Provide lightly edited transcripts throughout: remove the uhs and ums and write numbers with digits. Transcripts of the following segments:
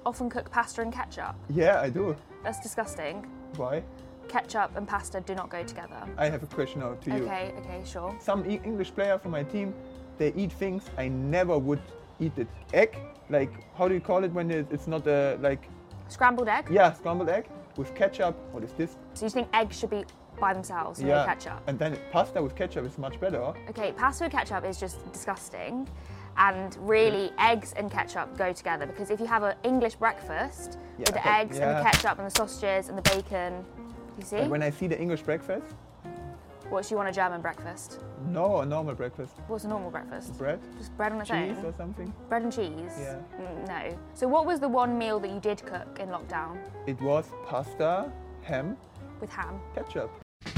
often cook pasta and ketchup? Yeah, I do. That's disgusting. Why? Ketchup and pasta do not go together. I have a question now to you. Okay, sure. Some English player from my team, they eat things I never would eat it. Egg, like, how do you call it when it's not like... Scrambled egg? Yeah, scrambled egg with ketchup. What is this? So you think eggs should be by themselves, no ketchup? And then pasta with ketchup is much better. Okay, pasta with ketchup is just disgusting. And really, eggs and ketchup go together because if you have an English breakfast with the eggs and the ketchup and the sausages and the bacon, you see? But when I see the English breakfast... What, do you want a German breakfast? No, a normal breakfast. What's a normal breakfast? Bread? Just bread on its own? Cheese or something? Bread and cheese? Yeah. No. So what was the one meal that you did cook in lockdown? It was pasta, ham. With ham? Ketchup.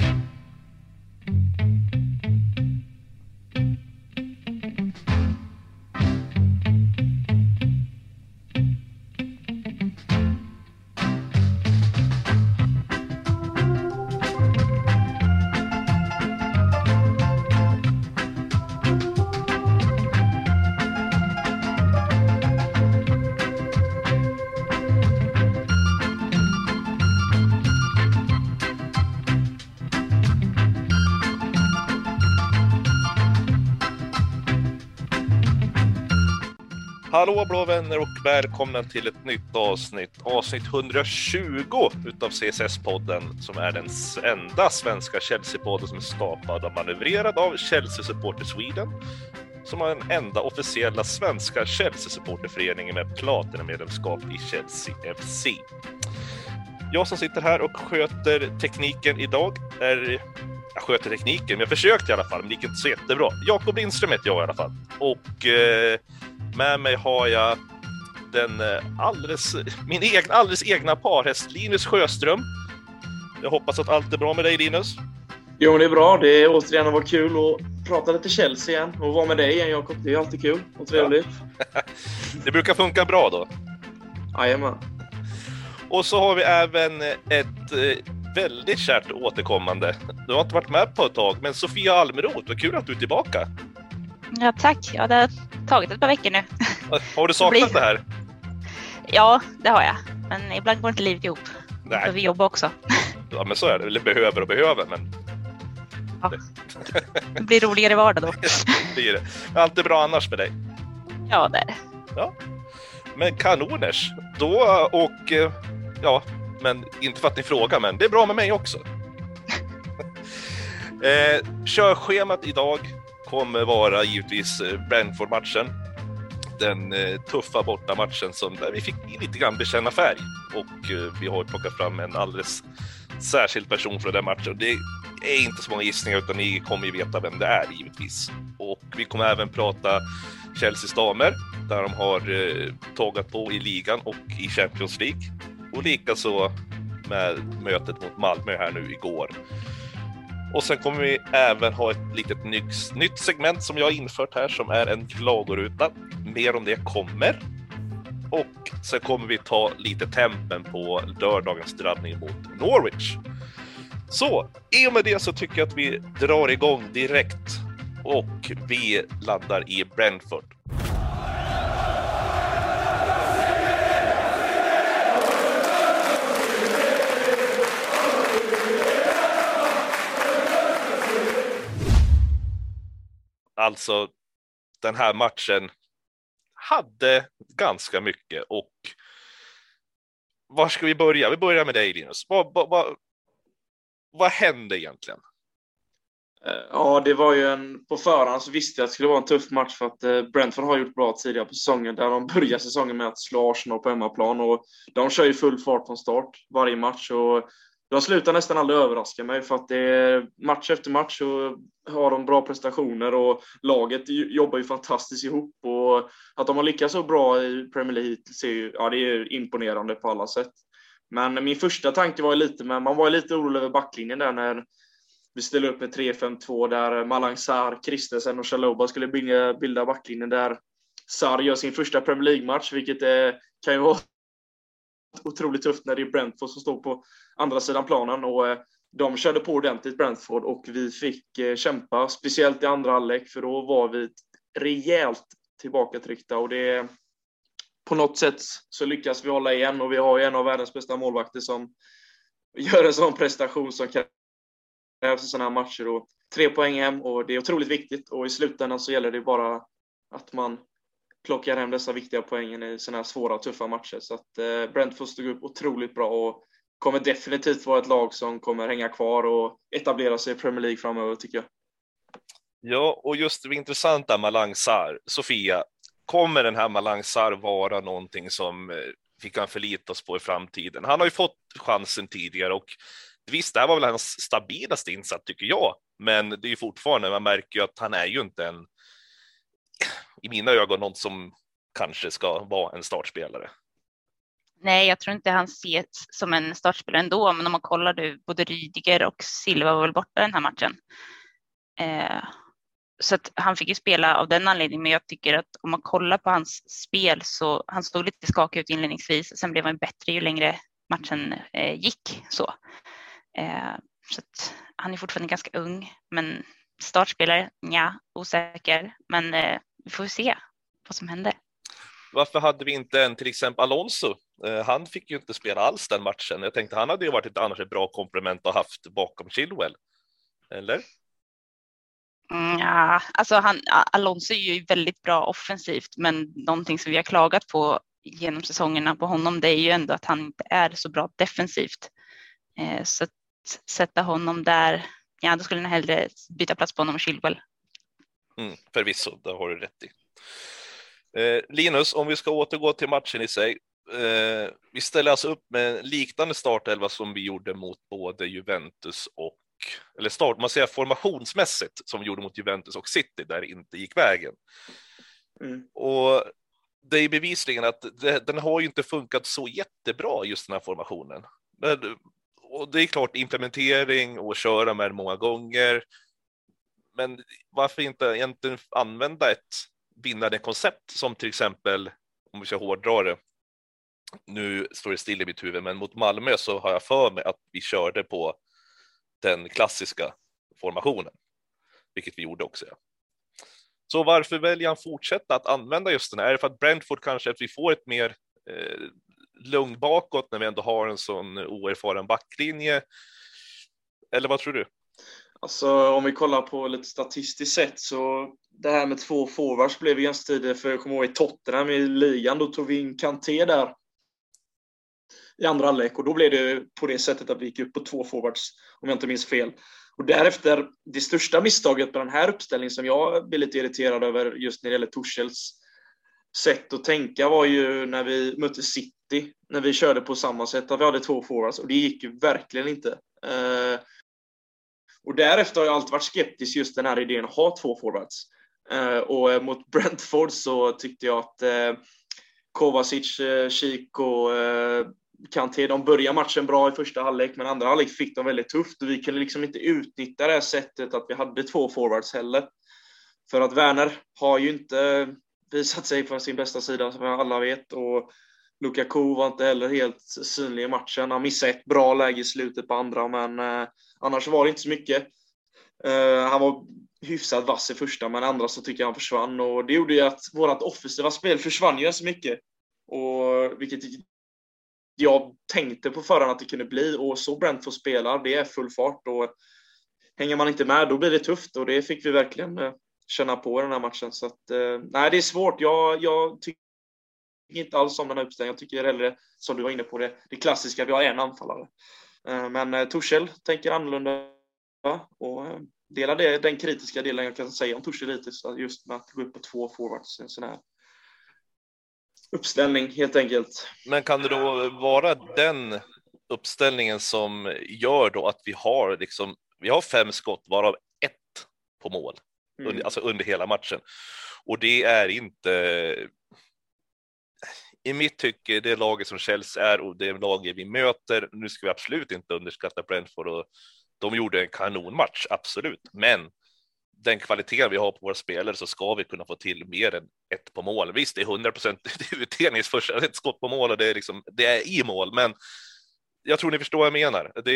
Hallå blå vänner och välkomna till ett nytt avsnitt 120 utav CSS-podden som är den enda svenska Chelsea-podden som är skapad och manövrerad av Chelsea Supporter Sweden, som har den enda officiella svenska Chelsea-supporterföreningen med platinamedlemskap i Chelsea FC. Jag som sitter här och sköter tekniken idag jag sköter tekniken, men jag försökte i alla fall, men det gick inte så jättebra. Jakob Lindström heter jag i alla fall. Och med mig har jag min alldeles egna parhäst Linus Sjöström. Jag hoppas att allt är bra med dig, Linus. Jo, det är bra. Det är återigen varit kul att prata lite Chelsea igen och vara med dig igen, Jakob. Det är alltid kul och trevligt. Ja. Det brukar funka bra då. Jajamän. Och så har vi även ett väldigt kärt återkommande. Du har inte varit med på ett tag, men Sofia Almeroth, vad kul att du är tillbaka. Ja, tack. Ja, det har tagit ett par veckor nu. Har du saknat det här? Ja, det har jag. Men ibland går inte livet ihop. Nej. För vi jobbar också. Ja, men så är det. Eller behöver, men... Ja. Det blir roligare vardag då. Det blir det. Allt är bra annars med dig? Ja, det är det. Ja. Men kanoners. Då och... Ja, men inte för att ni frågar, men det är bra med mig också. Körschemat idag kommer vara givetvis Brentford-matchen. Den tuffa bortamatchen där vi fick lite grann bekänna färg. Och vi har plockat fram en alldeles särskild person för den matchen. Det är inte så många gissningar, utan ni kommer ju veta vem det är givetvis. Och vi kommer även prata Chelseas damer, där de har tagit på i ligan och i Champions League. Och likaså med mötet mot Malmö här nu igår. Och sen kommer vi även ha ett litet nytt segment som jag har infört här, som är en klagoruta. Mer om det kommer. Och sen kommer vi ta lite tempen på lördagens drabbning mot Norwich. Så i och med det så tycker jag att vi drar igång direkt. Och vi landar i Brentford. Alltså, den här matchen hade ganska mycket. Och var ska vi börja? Vi börjar med dig, Linus. Vad hände egentligen? Ja, det var ju på förhand så visste jag att det skulle vara en tuff match, för att Brentford har gjort bra tidigare på säsongen, där de börjar säsongen med att slå Arsenal på hemmaplan, och de kör ju full fart från start varje match, och de slutar nästan aldrig överraska mig, för att det är match efter match så har de bra prestationer och laget jobbar ju fantastiskt ihop, och att de har lyckats så bra i Premier League det är imponerande på alla sätt. Men min första tanke var lite man var lite orolig över backlinjen där när vi ställde upp med 3-5-2 där Malang Sarr, Christensen och Chalobah skulle bilda backlinjen, där Sarr gör sin första Premier League-match, vilket kan ju vara otroligt tufft när det är Brentford som står på andra sidan planen, och de körde på ordentligt Brentford, och vi fick kämpa, speciellt i andra halvlek, för då var vi rejält tillbakatryckta, och det på något sätt så lyckas vi hålla igen, och vi har ju en av världens bästa målvakter som gör en sån prestation som krävs i sådana här matcher. Och 3 poäng hem, och det är otroligt viktigt, och i slutändan så gäller det bara att man plockar hem dessa viktiga poängen i sådana här svåra och tuffa matcher. Så att Brentford stod upp otroligt bra och kommer definitivt vara ett lag som kommer hänga kvar och etablera sig i Premier League framöver, tycker jag. Ja, och just det intressanta Malang Sarr. Sofia, kommer den här Malang Sarr vara någonting som vi kan förlita oss på i framtiden? Han har ju fått chansen tidigare, och visst, det här var väl hans stabilaste insats tycker jag, men det är ju fortfarande, man märker ju att han är ju inte en, i mina ögon, någon som kanske ska vara en startspelare. Nej, jag tror inte han ses som en startspelare ändå, men om man kollar nu, både Rydiger och Silva var väl borta den här matchen. Så att han fick ju spela av den anledningen, men jag tycker att om man kollar på hans spel så han stod lite skakig ut inledningsvis, sen blev han bättre ju längre matchen gick så. Så att han är fortfarande ganska ung, men startspelare, ja, osäker, men vi får se vad som händer. Varför hade vi inte en till exempel Alonso? Han fick ju inte spela alls den matchen. Jag tänkte han hade ju varit annars ett bra komplement att haft bakom Chilwell. Eller? Ja, alltså Alonso är ju väldigt bra offensivt, men någonting som vi har klagat på genom säsongerna på honom, det är ju ändå att han inte är så bra defensivt. Så att sätta honom där, ja, då skulle jag hellre byta plats på honom och Chilwell. Förvisso, det har du rätt i. Linus, om vi ska återgå till matchen i sig. Vi ställer alltså upp med liknande startelva som vi gjorde mot både Juventus och, eller man säger formationsmässigt som vi gjorde mot Juventus och City, där det inte gick vägen. Och det är bevisligen att den har ju inte funkat så jättebra, just den här formationen. Och det är klart implementering och köra med många gånger. Men varför inte egentligen använda ett vinnande koncept som till exempel, om vi ska hårdra det, nu står det still i mitt huvud, men mot Malmö så har jag för mig att vi körde på den klassiska formationen, vilket vi gjorde också. Ja. Så varför väljer han fortsätta att använda just den här? Är det för att Brentford kanske, att vi får ett mer lugn bakåt när vi ändå har en sån oerfaren backlinje? Eller vad tror du? Alltså om vi kollar på lite statistiskt sett, så det här med 2 forwards blev ju ganska tidigt, för jag kommer ihåg i Tottenham i ligan, då tog vi in Kanté där i andra halvlek, och då blev det på det sättet att vi gick upp på 2 forwards, om jag inte minns fel. Och därefter, det största misstaget på den här uppställningen som jag blir lite irriterad över just när det gäller Tuchels sätt att tänka, var ju när vi mötte City, när vi körde på samma sätt, att vi hade 2 forwards, och det gick ju verkligen inte. Och därefter har jag alltid varit skeptisk just den här idén att ha 2 forwards. Och mot Brentford så tyckte jag att Kovacic, Schick och Kanté, de började matchen bra i första halvlek, men andra halvlek fick de väldigt tufft, och vi kunde liksom inte utnyttja det här sättet att vi hade 2 forwards heller. För att Werner har ju inte visat sig på sin bästa sida, som alla vet, och Lukaku var inte heller helt synlig i matchen. Han missade ett bra läge i slutet på andra, men annars var det inte så mycket. Han var hyfsat vass i första, men andra så tycker jag han försvann, och det gjorde ju att vårt offensiva spel försvann ju så mycket, och vilket jag tänkte på förhand att det kunde bli, och så Brentford spelar, det är full fart, och hänger man inte med då blir det tufft, och det fick vi verkligen känna på i den här matchen. Så att, nej, det är svårt. Jag tycker inte alls om den här uppställningen. Jag tycker hellre, som du var inne på, det klassiska, vi har en anfallare. Men Tuchel tänker annorlunda, och delar den kritiska delen jag kan säga om Tuchel lite, just med att gå upp på 2 forwards, en sån här uppställning helt enkelt. Men kan det då vara den uppställningen som gör då att vi har 5 skott, varav 1 på mål under hela matchen, och det är inte, i mitt tycke, det laget som Chelsea är och det laget vi möter. Nu ska vi absolut inte underskatta Brentford, och de gjorde en kanonmatch, absolut, men den kvaliteten vi har på våra spelare, så ska vi kunna få till mer än 1 på mål. Visst, det är 100% utdelnings första, ett skott på mål, och det är i mål, men jag tror ni förstår vad jag menar. Det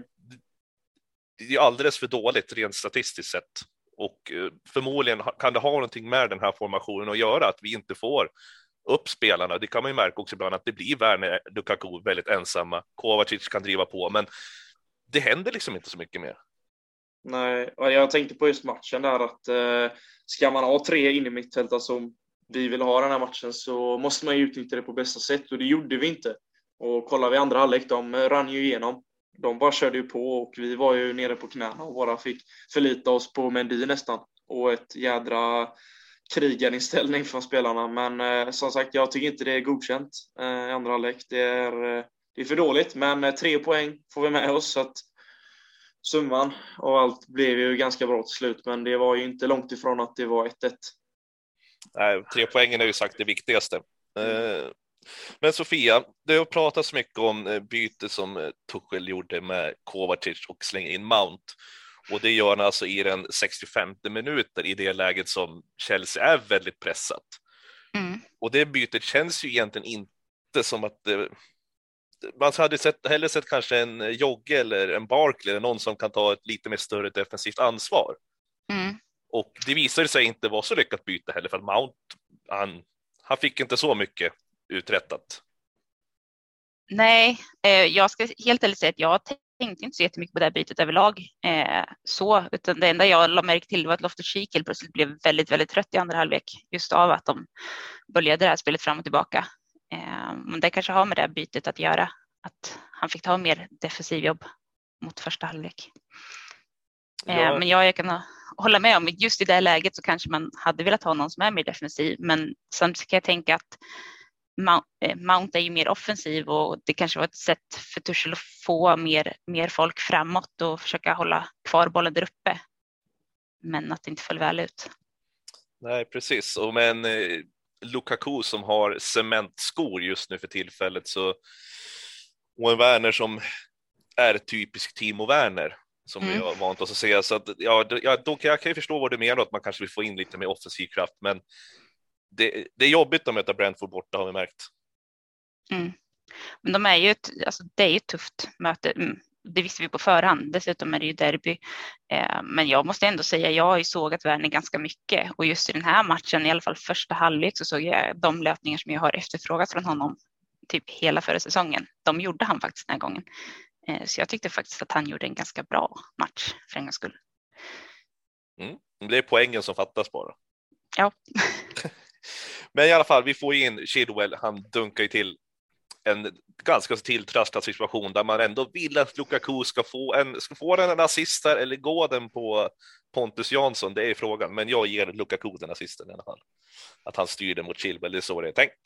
är alldeles för dåligt rent statistiskt sett, och förmodligen kan det ha någonting med den här formationen att göra, att vi inte får upp spelarna. Det kan man ju märka också ibland att det blir Werner, Lukaku väldigt ensamma. Kovacic kan driva på, men det händer liksom inte så mycket mer. Nej, och jag tänkte på just matchen där att ska man ha 3 in i mittfältare som vi vill ha den här matchen så måste man ju utnyttja det på bästa sätt och det gjorde vi inte. Och kollar vi andra halvlek, de rann ju igenom. De bara körde ju på och vi var ju nere på knäna och bara fick förlita oss på Mendy nästan. Och ett jädra krigarinställning från spelarna. Men som sagt, jag tycker inte det är godkänt i andra halvlek. Det är för dåligt, men 3 poäng får vi med oss så att summan och allt blev ju ganska bra till slut, men det var ju inte långt ifrån att det var 1-1. Nej, 3 poängen är ju sagt det viktigaste. Men Sofia, det har pratats mycket om byte som Tuchel gjorde med Kovacic och slänger in Mount. Och det gör han alltså i den 65:e minuten i det läget som Chelsea är väldigt pressat. Och det bytet känns ju egentligen inte som att man hade hellre sett kanske en Jogge eller en Barkley eller någon som kan ta ett lite mer större defensivt ansvar. Och det visade sig inte vara så lyckat byte heller, för att Mount han fick inte så mycket uträttat. Nej, jag ska helt ärligt säga att jag tänkte inte så jättemycket på det här bytet överlag. Utan det enda jag la märke till var att Loftus-Cheek helt plötsligt blev väldigt, väldigt trött i andra halvlek just av att de började det här spelet fram och tillbaka. Men det kanske har med det här bytet att göra, att han fick ta mer defensiv jobb mot första halvlek. Men jag kan hålla med om att just i det här läget så kanske man hade velat ha någon som är mer defensiv, men samtidigt kan jag tänka att Mount är ju mer offensiv och det kanske var ett sätt för Tuchel att få mer folk framåt och försöka hålla kvar bollen där uppe, men att det inte föll väl ut. Nej, precis. Och men Lukaku som har cementskor just nu för tillfället, så och en Werner som är typisk Timo Werner som vi har vant oss att säga, så att då kan jag förstå vad du menar, att man kanske vill få in lite mer offensiv kraft, men det är jobbigt att möta Brentford borta, har vi märkt. Men de är ju det är ju ett tufft möte. Det visste vi på förhand. Dessutom är det ju derby. Men jag måste ändå säga, jag har ju sågat Werner ganska mycket. Och just i den här matchen, i alla fall första halvlek, så såg jag de löpningar som jag har efterfrågat från honom typ hela förra säsongen. De gjorde han faktiskt den här gången. Så jag tyckte faktiskt att han gjorde en ganska bra match för en gångs skull. Det är poängen som fattas bara. Ja. Men i alla fall, vi får in Chilwell. Han dunkar ju till en ganska tilltrasslad situation där man ändå vill att Lukaku ska få en assist här, eller gå den på Pontus Jansson, det är frågan. Men jag ger Lukaku den assisten i alla fall. Att han styr den mot Chilwell, det är så det är tänkt.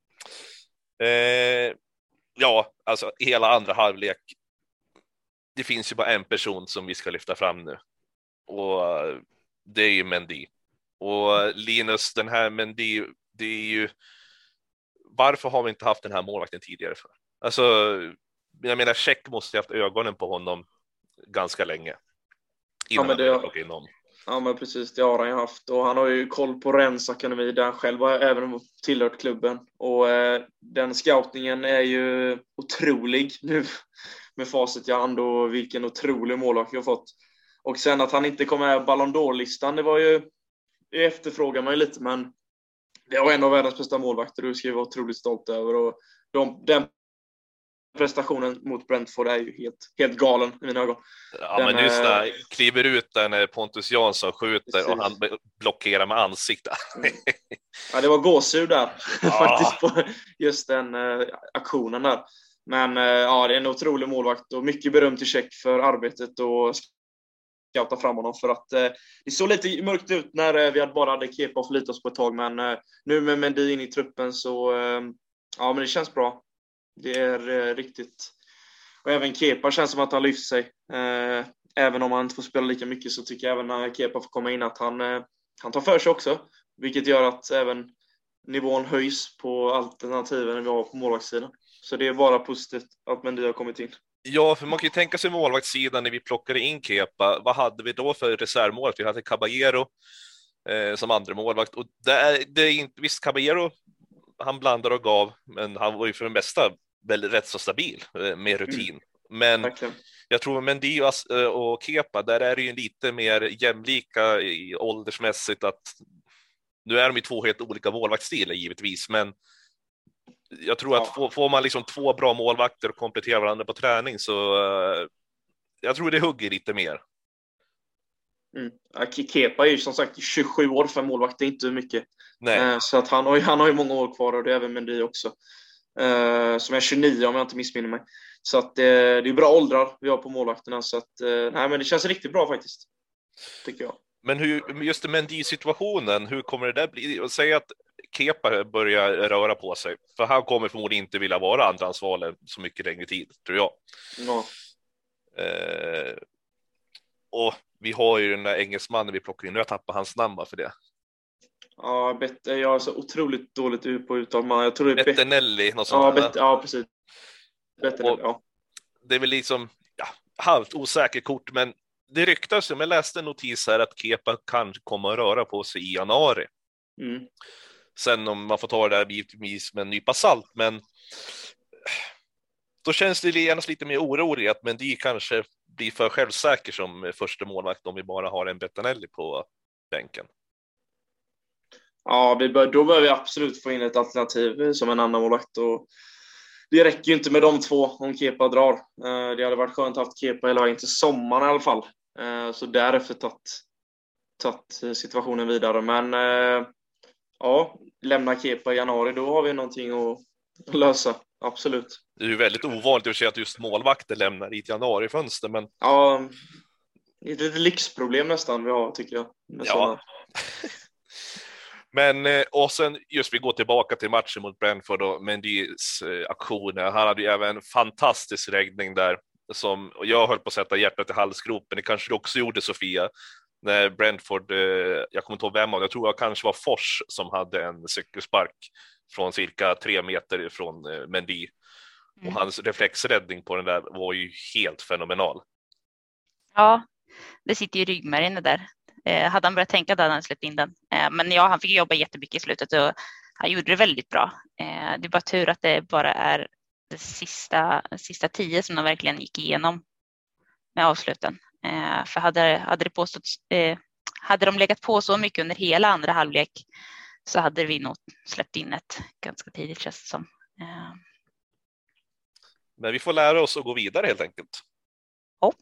Ja, alltså hela andra halvlek. Det finns ju bara en person som vi ska lyfta fram nu. Och det är ju Mendy. Och Linus, den här Mendy, det är ju... Varför har vi inte haft den här målvakten tidigare för? Alltså, jag menar, Check måste ha haft ögonen på honom ganska länge. Innan han plockade in honom. Ja, men precis, det har han ju haft. Och han har ju koll på Rennes akademi där han själv har även tillhört klubben. Och den scoutningen är ju otrolig nu med facit i hand, och vilken otrolig målvakt vi har fått. Och sen att han inte kom med Ballon d'Or-listan, det var ju, det efterfrågar man ju lite, men det var en av världens bästa målvakter, du ska ju vara otroligt stolt över. Och den prestationen mot Brentford är ju helt galen i mina ögon. Ja, men just där, kliver ut där när Pontus Jansson skjuter. Precis. Och han blockerar med ansiktet. Ja, det var gåshud där faktiskt på just den aktionen där. Men ja, det är en otrolig målvakt och mycket beröm till Check för arbetet och scouta fram honom, för att det såg lite mörkt ut när vi bara hade Kepa och förlitat oss på ett tag, men nu med Mendy in i truppen så ja, men det känns bra. Det är riktigt. Och även Kepa känns som att han lyft sig. Även om han inte får spela lika mycket, så tycker jag även när Kepa får komma in att han tar för sig också, vilket gör att även nivån höjs på alternativen vi har på målvaktssidan. Så det är bara positivt att Mendy har kommit in. Ja, för man kan ju tänka sig målvaktssidan när vi plockade in Kepa. Vad hade vi då för reservmål? Vi hade Caballero som andra målvakt. Och det är inte, visst, Caballero, han blandade och gav, men han var ju för det mesta väldigt rätt så stabil med rutin. Men verkligen. Jag tror med Mendy och Kepa, där är det ju lite mer jämlika i åldersmässigt, att Nu är de ju 2 helt olika målvaktsstilar givetvis, men jag tror att får man liksom 2 bra målvakter och kompletterar varandra på träning, så jag tror det hugger lite mer. Kepa är ju som sagt 27 år för målvakt, det är inte mycket. Nej. Så att han har ju många år kvar, och det är även Mendy också. Som är 29 om jag inte missminner mig. Så att det är bra åldrar vi har på målvakterna, så att nej, men det känns riktigt bra faktiskt, tycker jag. Men just Mendy-situationen, hur kommer det där bli? Säg att Kepa börjar röra på sig, för han kommer förmodligen inte vilja vara andrahandsvalet så mycket längre tid, tror jag. Ja. Och vi har ju den där engelsmannen vi plockar in, nu har jag tappat hans namn för det. Ja, jag är så otroligt dåligt på uttal. Jag tror det är Bettinelli, något sånt där. Ja, precis. Bettinelli, ja. Det är väl liksom halvt osäker kort, men det ryktas ju, jag läste en notis här att Kepa kan komma att röra på sig i januari. Sen om man får ta det där givetvis med en nypa salt, men då känns det gärna lite mer orolig att Mendy kanske blir för självsäker som första målvakt om vi bara har en Bettinelli på bänken. Ja, då bör vi absolut få in ett alternativ som en annan målvakt, och det räcker ju inte med de 2 om Kepa drar. Det hade varit skönt att ha haft Kepa hela vägen till sommaren i alla fall. Så därefter tagit situationen vidare. Men ja, lämna Kepa i januari, då har vi någonting att lösa. Absolut. Det är ju väldigt ovanligt att se att just målvakter lämnar i ett januarifönster, men... Ja, det är ett lyxproblem nästan vi har, tycker jag. Ja. Men, och sen just vi går tillbaka till matchen mot Brentford och Mendys aktioner. Han hade ju även en fantastisk räddning där, och jag höll på att sätta hjärtat i halsgropen. Det kanske du också gjorde, Sofia, när Brentford, jag kommer inte ihåg vem av, jag tror jag kanske var Fors som hade en cykelspark från cirka 3 meter från Mendy. Och hans reflexräddning på den där var ju helt fenomenal. Ja, det sitter ju i ryggmärgen det där. Hade han börjat tänka där hade han släppt in den. Men ja, han fick jobba jättemycket i slutet och han gjorde det väldigt bra. Det är bara tur att det bara är det sista 10 som de verkligen gick igenom med avsluten. För hade de legat på så mycket under hela andra halvlek så hade vi nog släppt in ett ganska tidigt, känns det som. Men vi får lära oss att gå vidare helt enkelt. Ja.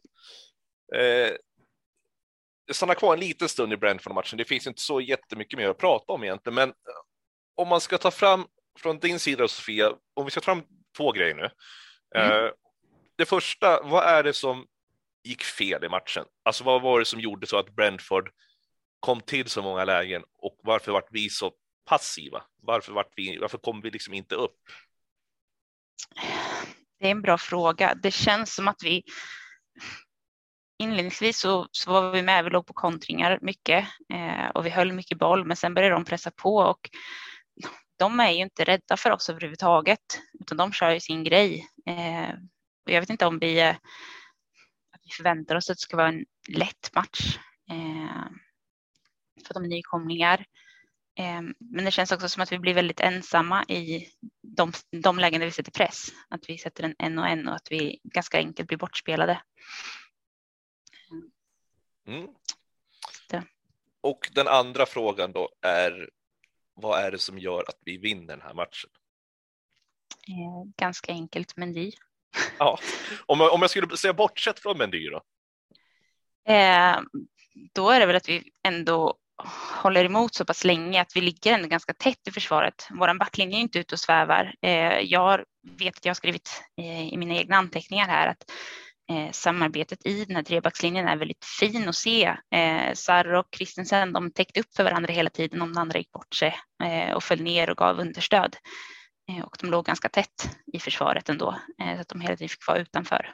Jag stannar kvar en liten stund i Brentford-matchen. Det finns inte så jättemycket mer att prata om egentligen. Men om man ska ta fram från din sida, Sofia, om vi ska ta fram 2 grejer nu. Det första, vad är det som gick fel i matchen? Alltså vad var det som gjorde så att Brentford kom till så många lägen, och varför var vi så passiva? Varför kom vi liksom inte upp? Det är en bra fråga. Det känns som att vi inledningsvis så var vi med, vi låg på kontringar mycket och vi höll mycket boll, men sen började de pressa på och de är ju inte rädda för oss överhuvudtaget, utan de kör ju sin grej. Och jag vet inte om vi förväntar oss att det ska vara en lätt match för de nykomlingar. Men det känns också som att vi blir väldigt ensamma i de lägen där vi sätter press. Att vi sätter en och att vi ganska enkelt blir bortspelade. Och den andra frågan då är, vad är det som gör att vi vinner den här matchen? Ganska enkelt, Mendy. Ja, om jag skulle säga bortsett från Mendy då? Då är det väl att vi ändå håller emot så pass länge att vi ligger ändå ganska tätt i försvaret. Vår backlinje är inte ute och svävar. Jag vet att jag har skrivit i mina egna anteckningar här att samarbetet i den här trebackslinjen är väldigt fin att se. Sarr och Christensen, de täckte upp för varandra hela tiden om den andra gick bort sig och föll ner och gav understöd. Och de låg ganska tätt i försvaret ändå, så att de hela tiden fick vara utanför.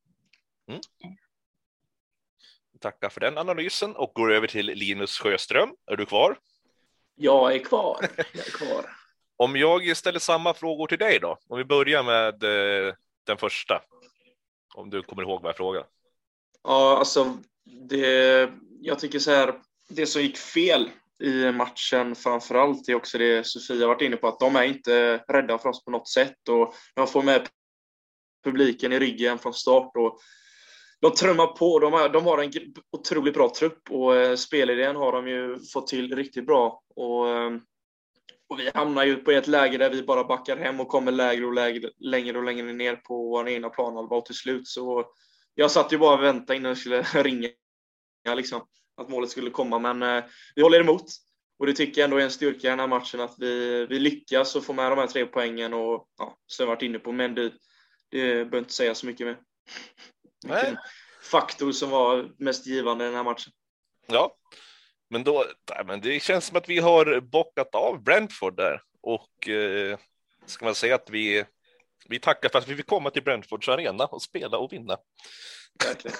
Tackar för den analysen och går över till Linus Sjöström. Är du kvar? Jag är kvar. Om jag ställer samma frågor till dig då. Om vi börjar med den första. Om du kommer ihåg vad jag frågar. Ja, alltså jag tycker så här, det som gick fel i matchen framförallt är också det Sofia varit inne på, att de är inte rädda för oss på något sätt och de får med publiken i ryggen från start och de trummar på. De har en otroligt bra trupp och spelidén har de ju fått till riktigt bra. Och vi hamnar ju på ett läge där vi bara backar hem och kommer längre och längre ner på vår egna planhalva och till slut. Så jag satt ju bara och väntade innan jag skulle ringa liksom, att målet skulle komma. Men vi håller emot. Och det tycker jag ändå är en styrka i den här matchen att vi lyckas och få med de här 3 poängen. Och ja, så har jag varit inne på, men det behöver inte säga så mycket mer. Vilken faktor som var mest givande i den här matchen. Ja, men det känns som att vi har bockat av Brentford där. Och ska man säga att vi tackar för att vi fick komma till Brentfords arena och spela och vinna. Verkligen.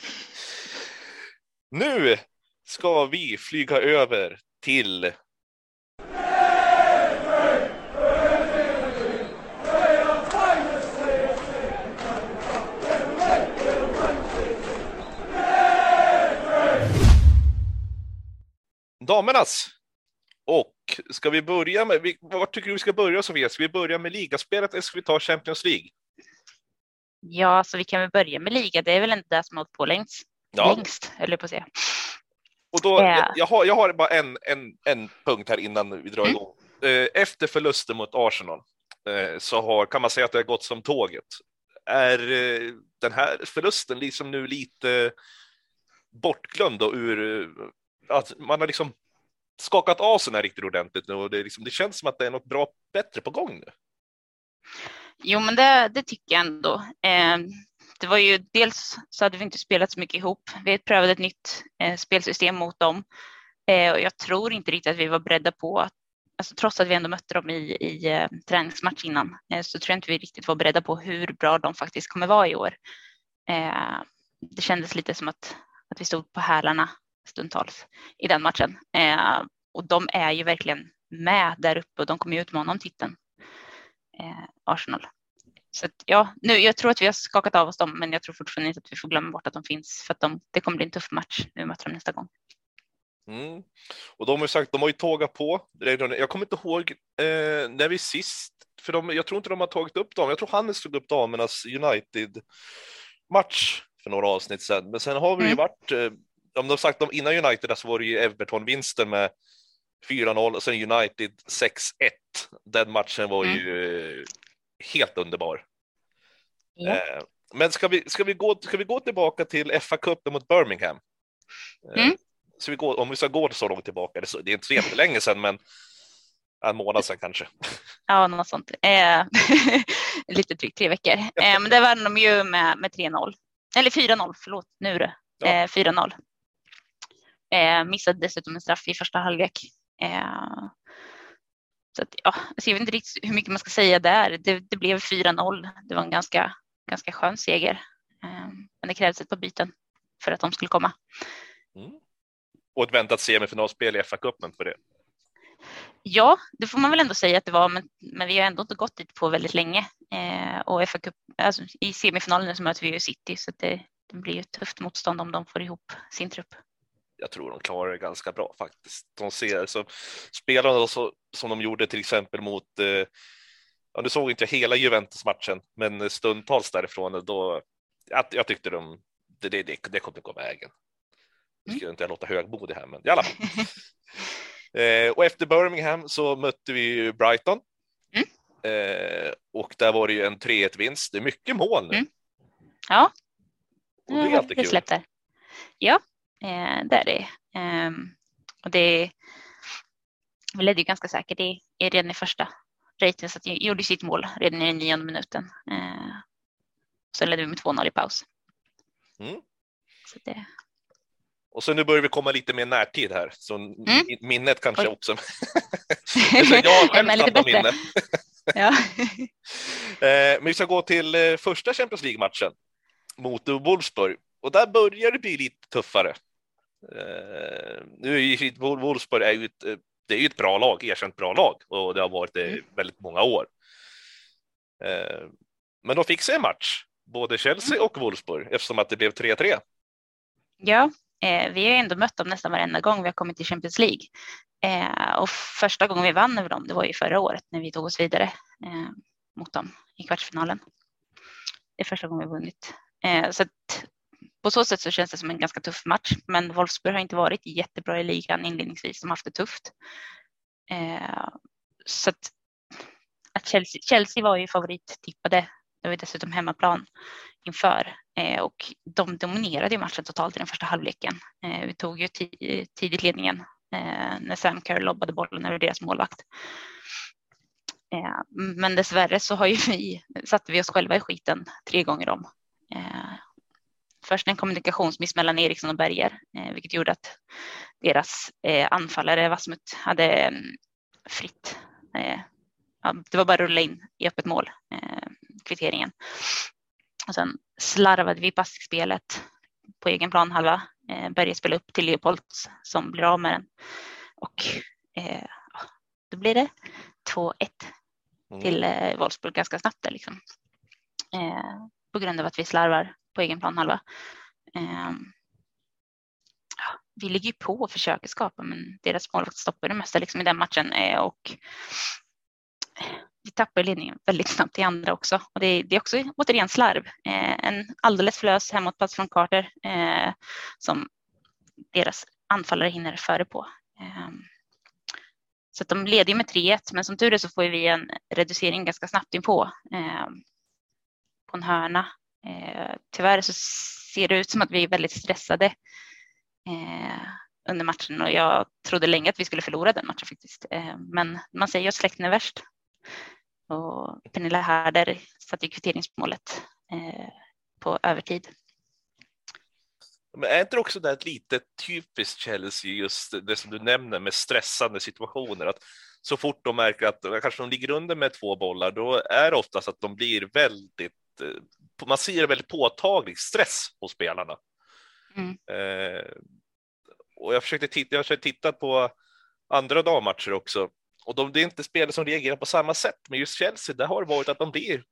Nu ska vi flyga över till damernas. Och ska vi börja med, vad tycker du vi ska börja, Sofia? Ska vi börja med ligaspelet eller ska vi ta Champions League? Ja, så vi kan väl börja med liga. Det är väl inte det som har hållit på längst, eller på att säga. Och då, jag har bara en punkt här innan vi drar igång. Efter förlusten mot Arsenal så kan man säga att det har gått som tåget. Är den här förlusten liksom nu lite bortglömd och att man har liksom skakat av sig riktigt ordentligt nu och det känns som att det är något bra bättre på gång nu. Jo, men det tycker jag ändå. Det var ju dels så hade vi inte spelat så mycket ihop. Vi prövade ett nytt spelsystem mot dem. Och jag tror inte riktigt att vi var beredda på att, alltså, trots att vi ändå mötte dem i träningsmatch innan, så tror jag inte vi riktigt var beredda på hur bra de faktiskt kommer vara i år. Det kändes lite som att vi stod på hälarna stundtals i den matchen. Och de är ju verkligen med där uppe och de kommer ju utmana om titeln. Arsenal. Så att, ja, jag tror att vi har skakat av oss dem, men jag tror fortfarande inte att vi får glömma bort att de finns, för att det kommer bli en tuff match nu möter de nästa gång. Och de har ju sagt, de har ju tågat på. Jag kommer inte ihåg när vi sist, för jag tror inte de har tagit upp dem. Jag tror Hannes tog upp damernas United-match för några avsnitt sedan. Men sen har vi ju varit, om de har sagt dem innan United, så var det ju Everton-vinsten med 4-0 och sen United 6-1. Den matchen var ju helt underbar. Ja. Men ska vi gå tillbaka till FA-cupen mot Birmingham? Om vi ska gå så långt tillbaka, det är inte så jättelänge sedan, men en månad sedan kanske. Ja, något sånt. Lite drygt 3 veckor. Men det var de ju med 3-0. Eller 4-0, förlåt. Nu är det 4-0. Missade dessutom en straff i första halvlek. Så att, jag vet inte riktigt hur mycket man ska säga där. Det blev 4-0. Det var en ganska skön seger. Men det krävdes ett par byten för att de skulle komma. Och ett väntat semifinalspel i FA-cupen för det. Ja, det får man väl ändå säga att det var. Men vi har ändå inte gått dit på väldigt länge. Och FA-cup, alltså, i semifinalen så möter vi ju City. Så det blir ju ett tufft motstånd om de får ihop sin trupp. Jag tror de klarar det ganska bra faktiskt. De ser så spelarna så, som de gjorde till exempel mot nu såg inte jag hela Juventus-matchen, men stundtals därifrån då jag tyckte det kommer gå vägen. Nu ska inte jag låta högmodig här, men i alla fall. Och efter Birmingham så mötte vi Brighton. Och där var det ju en 3-1-vinst. Det är mycket mål nu. Ja. Och det är alltid kul. Släppt där. Ja. Det är det. Och vi ledde ju ganska säkert redan i första raten, så att jag gjorde sitt mål redan i 9:e minuten. Så ledde vi med 2-0 i paus. Så det... Och så nu börjar vi komma lite mer närtid här, så minnet kanske också. Jag har själv tappat minne. Ja. Men vi ska gå till första Champions League-matchen mot Wolfsburg. Och där börjar det bli lite tuffare. Nu är ju Wolfsburg det är ju ett bra lag, erkänt bra lag, och det har varit det väldigt många år. Men de fick sig en match, både Chelsea och Wolfsburg, eftersom att det blev 3-3. Ja, vi har ändå mött dem nästan varenda gång vi har kommit till Champions League. Och första gången vi vann över dem, det var ju förra året när vi tog oss vidare mot dem i kvartsfinalen. Det är första gången vi vunnit. Så att på så sätt så känns det som en ganska tuff match, men Wolfsburg har inte varit jättebra i ligan inledningsvis, de har haft det tufft. Så att Chelsea var ju favorittippade, det var dessutom hemmaplan inför, och de dominerade ju matchen totalt i den första halvleken. Vi tog ju tidigt ledningen när Sam Kerr lobbade bollen över deras målvakt. Men dessvärre så har ju satte vi oss själva i skiten 3 gånger om. Först en kommunikationsmiss mellan Eriksson och Berger, vilket gjorde att deras anfallare Vasmut hade fritt. Det var bara att rulla in i öppet mål, kvitteringen. Och sen slarvade vi passningsspelet på egen planhalva. Berger spelade upp till Leopolds som blir av med den. Och då blir det 2-1 till Wolfsburg ganska snabbt där liksom. På grund av att vi slarvar på egen planhalva. Vi ligger ju på och försöker skapa, men deras målvakt stoppar det mesta liksom i den matchen, och vi tappar ledningen väldigt snabbt i andra också. Och det är också återigen slarv. En alldeles för lös hemåtpass från Carter som deras anfallare hinner före på. Så att de leder med 3-1, men som tur är så får vi en reducering ganska snabbt in på en hörna. Tyvärr så ser det ut som att vi är väldigt stressade under matchen, och jag trodde länge att vi skulle förlora den matchen faktiskt. Men man säger att släkten är värst. Och Pernilla Härder satte kvitteringsmålet på övertid. Men är inte också det ett lite typiskt Chelsea, just det som du nämner med stressande situationer, att så fort de märker att kanske de ligger under med 2 bollar, då är det oftast att de blir väldigt, man ser väldigt påtaglig stress hos spelarna. Och jag försökte titta på andra dammatcher också, och det är inte spelare som reagerar på samma sätt, men just Chelsea, där har det varit att de blir,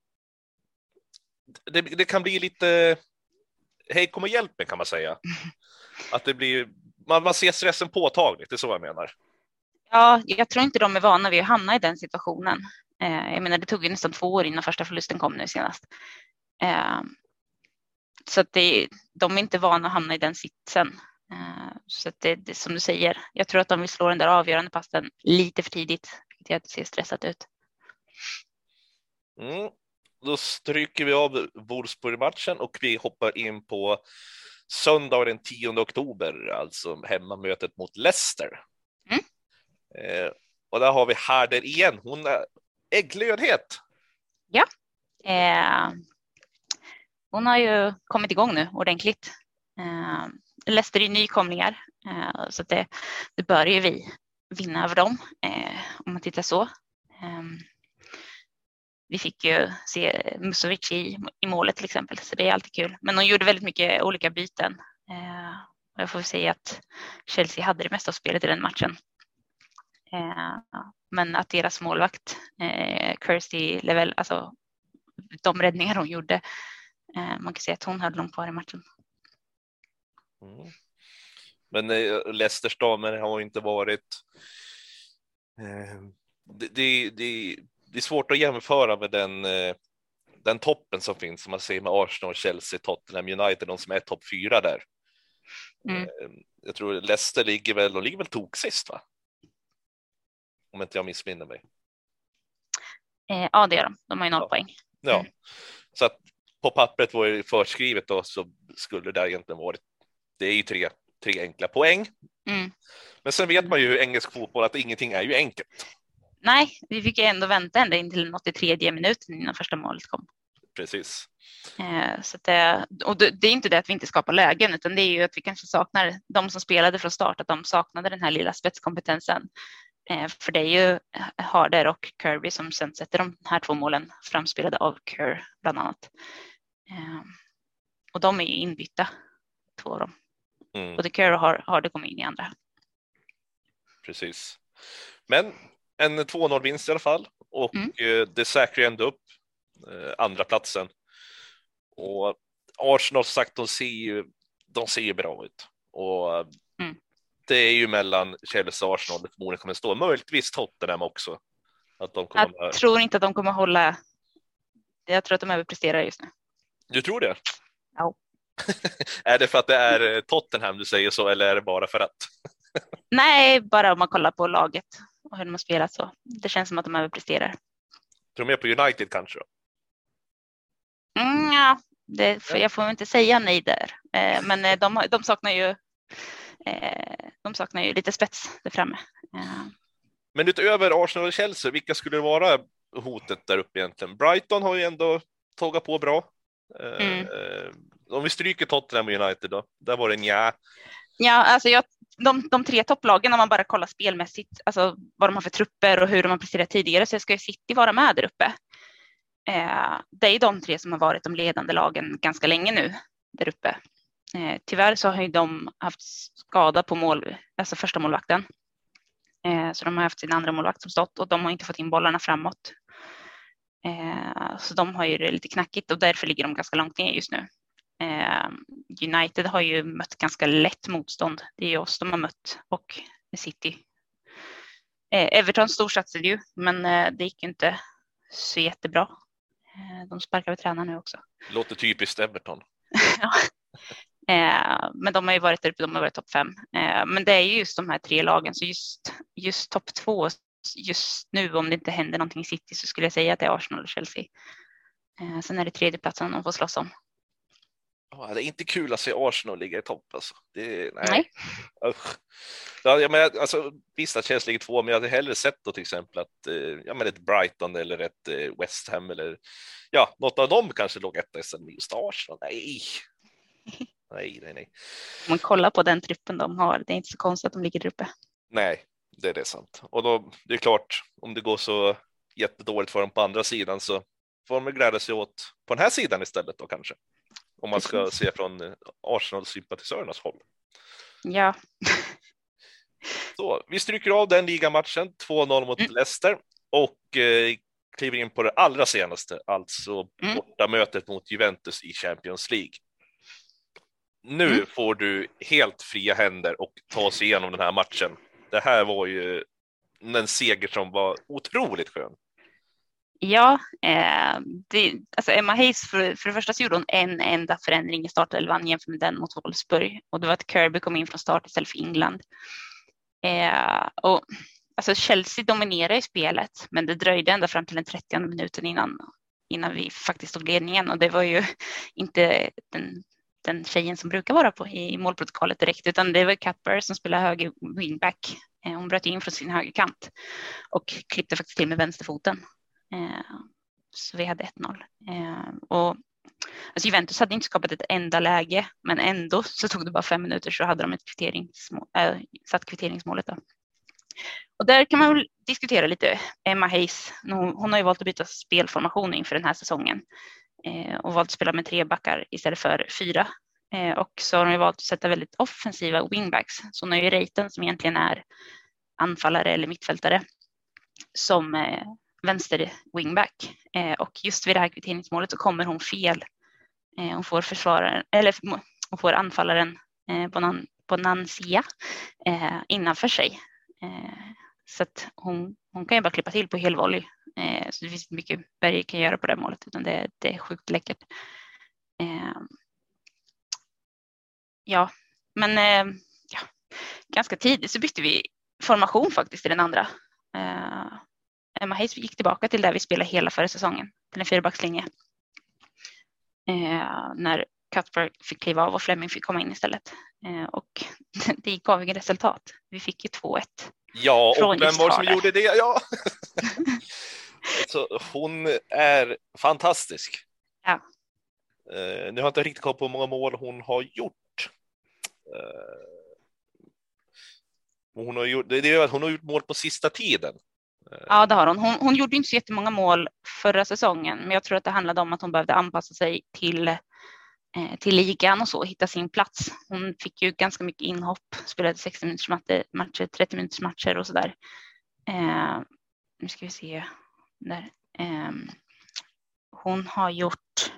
det kan bli lite hej, kom och hjälp mig, kan man säga. Att det blir, man ser stressen påtagligt, det är så jag menar. Ja, jag tror inte de är vana vid att hamna i den situationen. Jag menar, det tog ju nästan 2 år innan första förlusten kom nu senast. Så att de är inte vana att hamna i den sitsen. Så att det som du säger, jag tror att de vill slå den där avgörande passen lite för tidigt, vilket att det ser stressat ut. Då stryker vi av Wolfsburg-matchen och vi hoppar in på söndag den 10 oktober, alltså hemmamötet mot Leicester. Och där har vi Härder igen. Hon är ägglödhet. Ja. Hon har ju kommit igång nu ordentligt. Leicester är nykomlingar, så att det bör ju vi vinna över dem, om man tittar så. Vi fick ju se Musovic i målet till exempel, så det är alltid kul. Men de gjorde väldigt mycket olika byten. Och jag får säga att Chelsea hade det mesta av spelet i den matchen. Men att deras målvakt, Kirsty Level, alltså de räddningar hon gjorde, man kan säga att hon hade dem kvar i matchen. Men Leicesters damer har inte varit... Det är svårt att jämföra med den toppen som finns, som man ser med Arsenal, Chelsea, Tottenham, United, de som är topp 4 där. Jag tror Leicester ligger väl tok sist, va? Om inte jag missminner mig. Ja, det är de. De har ju 0 poäng. Ja, så att på pappret var det förskrivet då, så skulle det egentligen varit, det är ju tre enkla poäng. Men sen vet man ju hur engelsk fotboll, att ingenting är ju enkelt. Nej, vi fick ju ändå vänta ända in till den 83:e minuten innan första målet kom. Precis. Så att det är inte det att vi inte skapar lägen, utan det är ju att vi kanske saknar de som spelade från start, att de saknade den här lilla spetskompetensen. För det är ju Harder och Kirby som sen sätter de här 2 målen, framspelade av Kerr bland annat. Och de är ju inbytta, 2 av dem. Både Kerr och Harder kommer in i andra. Precis. Men en 2-0-vinst i alla fall. Och det säkrar ändå upp andra platsen. Och Arsenal, sagt, de ser ju bra ut. Och det är ju mellan Chelsea och Arsenal det förmodligen kommer stå. Möjligtvis Tottenham också. Att de kommer... Jag tror inte att de kommer hålla... Jag tror att de överpresterar just nu. Du tror det? Ja. Är det för att det är Tottenham du säger så, eller är det bara för att? Nej, bara om man kollar på laget och hur de har spelat så. Det känns som att de överpresterar. Tror du mer på United kanske då? Ja, jag får inte säga nej där. Men de saknar ju lite spets där framme. Men utöver Arsenal och Chelsea, vilka skulle det vara hotet där uppe egentligen? Brighton har ju ändå tagit på bra. Om vi stryker Tottenham och United då, där var det nja. Ja, alltså de tre topplagen, om man bara kollar spelmässigt, alltså vad de har för trupper och hur de har presterat tidigare, så ska ju City vara med där uppe. Det är de tre som har varit de ledande lagen ganska länge nu där uppe. Tyvärr så har ju de haft skada på alltså första målvakten. Så de har haft sin andra målvakt som stått och de har inte fått in bollarna framåt. Så de har ju det lite knackigt och därför ligger de ganska långt ner just nu. United har ju mött ganska lätt motstånd. Det är ju oss de har mött och City. Everton storsatsade ju, men det gick ju inte så jättebra. De sparkar väl tränaren nu också. Låter typiskt Everton. Ja. Men de har ju varit där uppe, de har varit topp 5. Men det är ju just de här tre lagen, så just topp 2 just nu, om det inte händer någonting i City, så skulle jag säga att det är Arsenal och Chelsea. Sen är det tredje platsen de får slåss om. Det är inte kul att se Arsenal ligga i topp alltså. Nej. Ja, men, alltså, visst att Chelsea ligger 2, men jag hade hellre sett då till exempel att ett Brighton eller ett West Ham eller något av dem kanske låg etta istället, just Arsenal. Nej. Om man kollar på den truppen de har, det är inte så konstigt att de ligger där uppe. Nej, det är sant. Och då, det är klart, om det går så jättedåligt för dem på andra sidan så får de glädja sig åt på den här sidan istället då kanske. Om man ska se från Arsenal-sympatisörernas håll. Ja. Så, vi stryker av den ligamatchen, 2-0 mot Leicester och kliver in på det allra senaste, alltså bortamötet mot Juventus i Champions League. Nu får du helt fria händer och ta oss igenom den här matchen. Det här var ju en seger som var otroligt skön. Ja, alltså Emma Hayes för det första så gjorde hon en enda förändring i startelvan jämfört med den mot Wolfsburg. Och det var att Kirby kom in från start istället för England. Och alltså Chelsea dominerar i spelet, men det dröjde ända fram till den 30:e minuten innan vi faktiskt tog ledningen. Och det var ju inte den tjejen som brukar vara i målprotokollet direkt, utan det var Cuthbert som spelade höger wingback. Hon bröt in från sin högerkant och klippte faktiskt till med vänsterfoten. Så vi hade 1-0. Och alltså Juventus hade inte skapat ett enda läge, men ändå så tog det bara 5 minuter så hade de satt kvitteringsmålet då. Och där kan man väl diskutera lite. Emma Hayes, hon har ju valt att byta spelformation inför den här säsongen och valt att spela med 3 backar istället för 4. Och så har de ju valt att sätta väldigt offensiva wingbacks. Så hon har ju Reiten som egentligen är anfallare eller mittfältare som vänster wingback. Och just vid det här kvitteringsmålet så kommer hon fel. Hon får anfallaren Bonansea innanför sig. Så att hon kan ju bara klippa till på helvolley. Så det finns inte mycket Berg kan göra på det målet, utan det är sjukt läckert. Ganska tidigt så bytte vi formation faktiskt i den andra. Emma Hayes gick tillbaka till där vi spelade hela förra säsongen, till en 4-backslinje. När Cuthbert fick kliva av och Fleming fick komma in istället. Och det gav ju resultat. Vi fick ju 2-1. Ja, och vem var det som gjorde det? Ja. Så hon är fantastisk. Ja. Nu har jag inte riktigt koll på hur många mål hon har gjort. Hon har gjort mål på sista tiden. Ja, det har hon. Hon gjorde inte så jättemånga mål förra säsongen, men jag tror att det handlade om att hon behövde anpassa sig till ligan och så, hitta sin plats. Hon fick ju ganska mycket inhopp, spelade 60 minuters matcher, 30 minuters matcher och sådär. Nu ska vi se där. Hon har gjort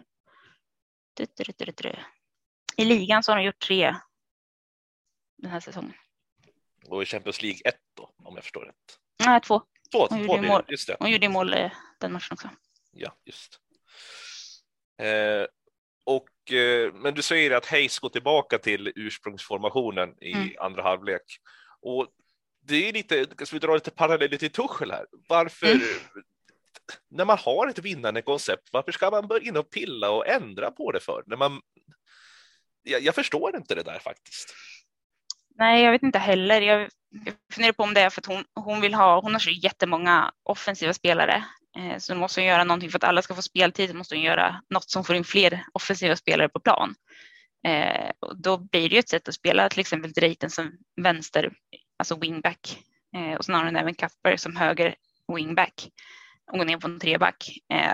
i ligan så har hon gjort 3 den här säsongen. Och i Champions League 1 då, om jag förstår rätt. Nej, 2. Just det. Hon gjorde mål den matchen också. Ja, just. Men du säger att Hayes går tillbaka till ursprungsformationen i andra halvlek. Och det är lite, ska vi dra lite paralleller till Tuchel här? Varför, när man har ett vinnande koncept, varför ska man börja in och pilla och ändra på det för? Jag förstår inte det där faktiskt. Nej, jag vet inte heller. Jag funderar på om det är för att hon har så jättemånga offensiva spelare. Så måste hon göra någonting för att alla ska få speltid. Måste hon göra något som får in fler offensiva spelare på plan. Och då blir det ju ett sätt att spela till exempel Drayton som vänster, alltså wingback. Och sen har hon även Cuthbert som höger wingback. Och går ner på en treback.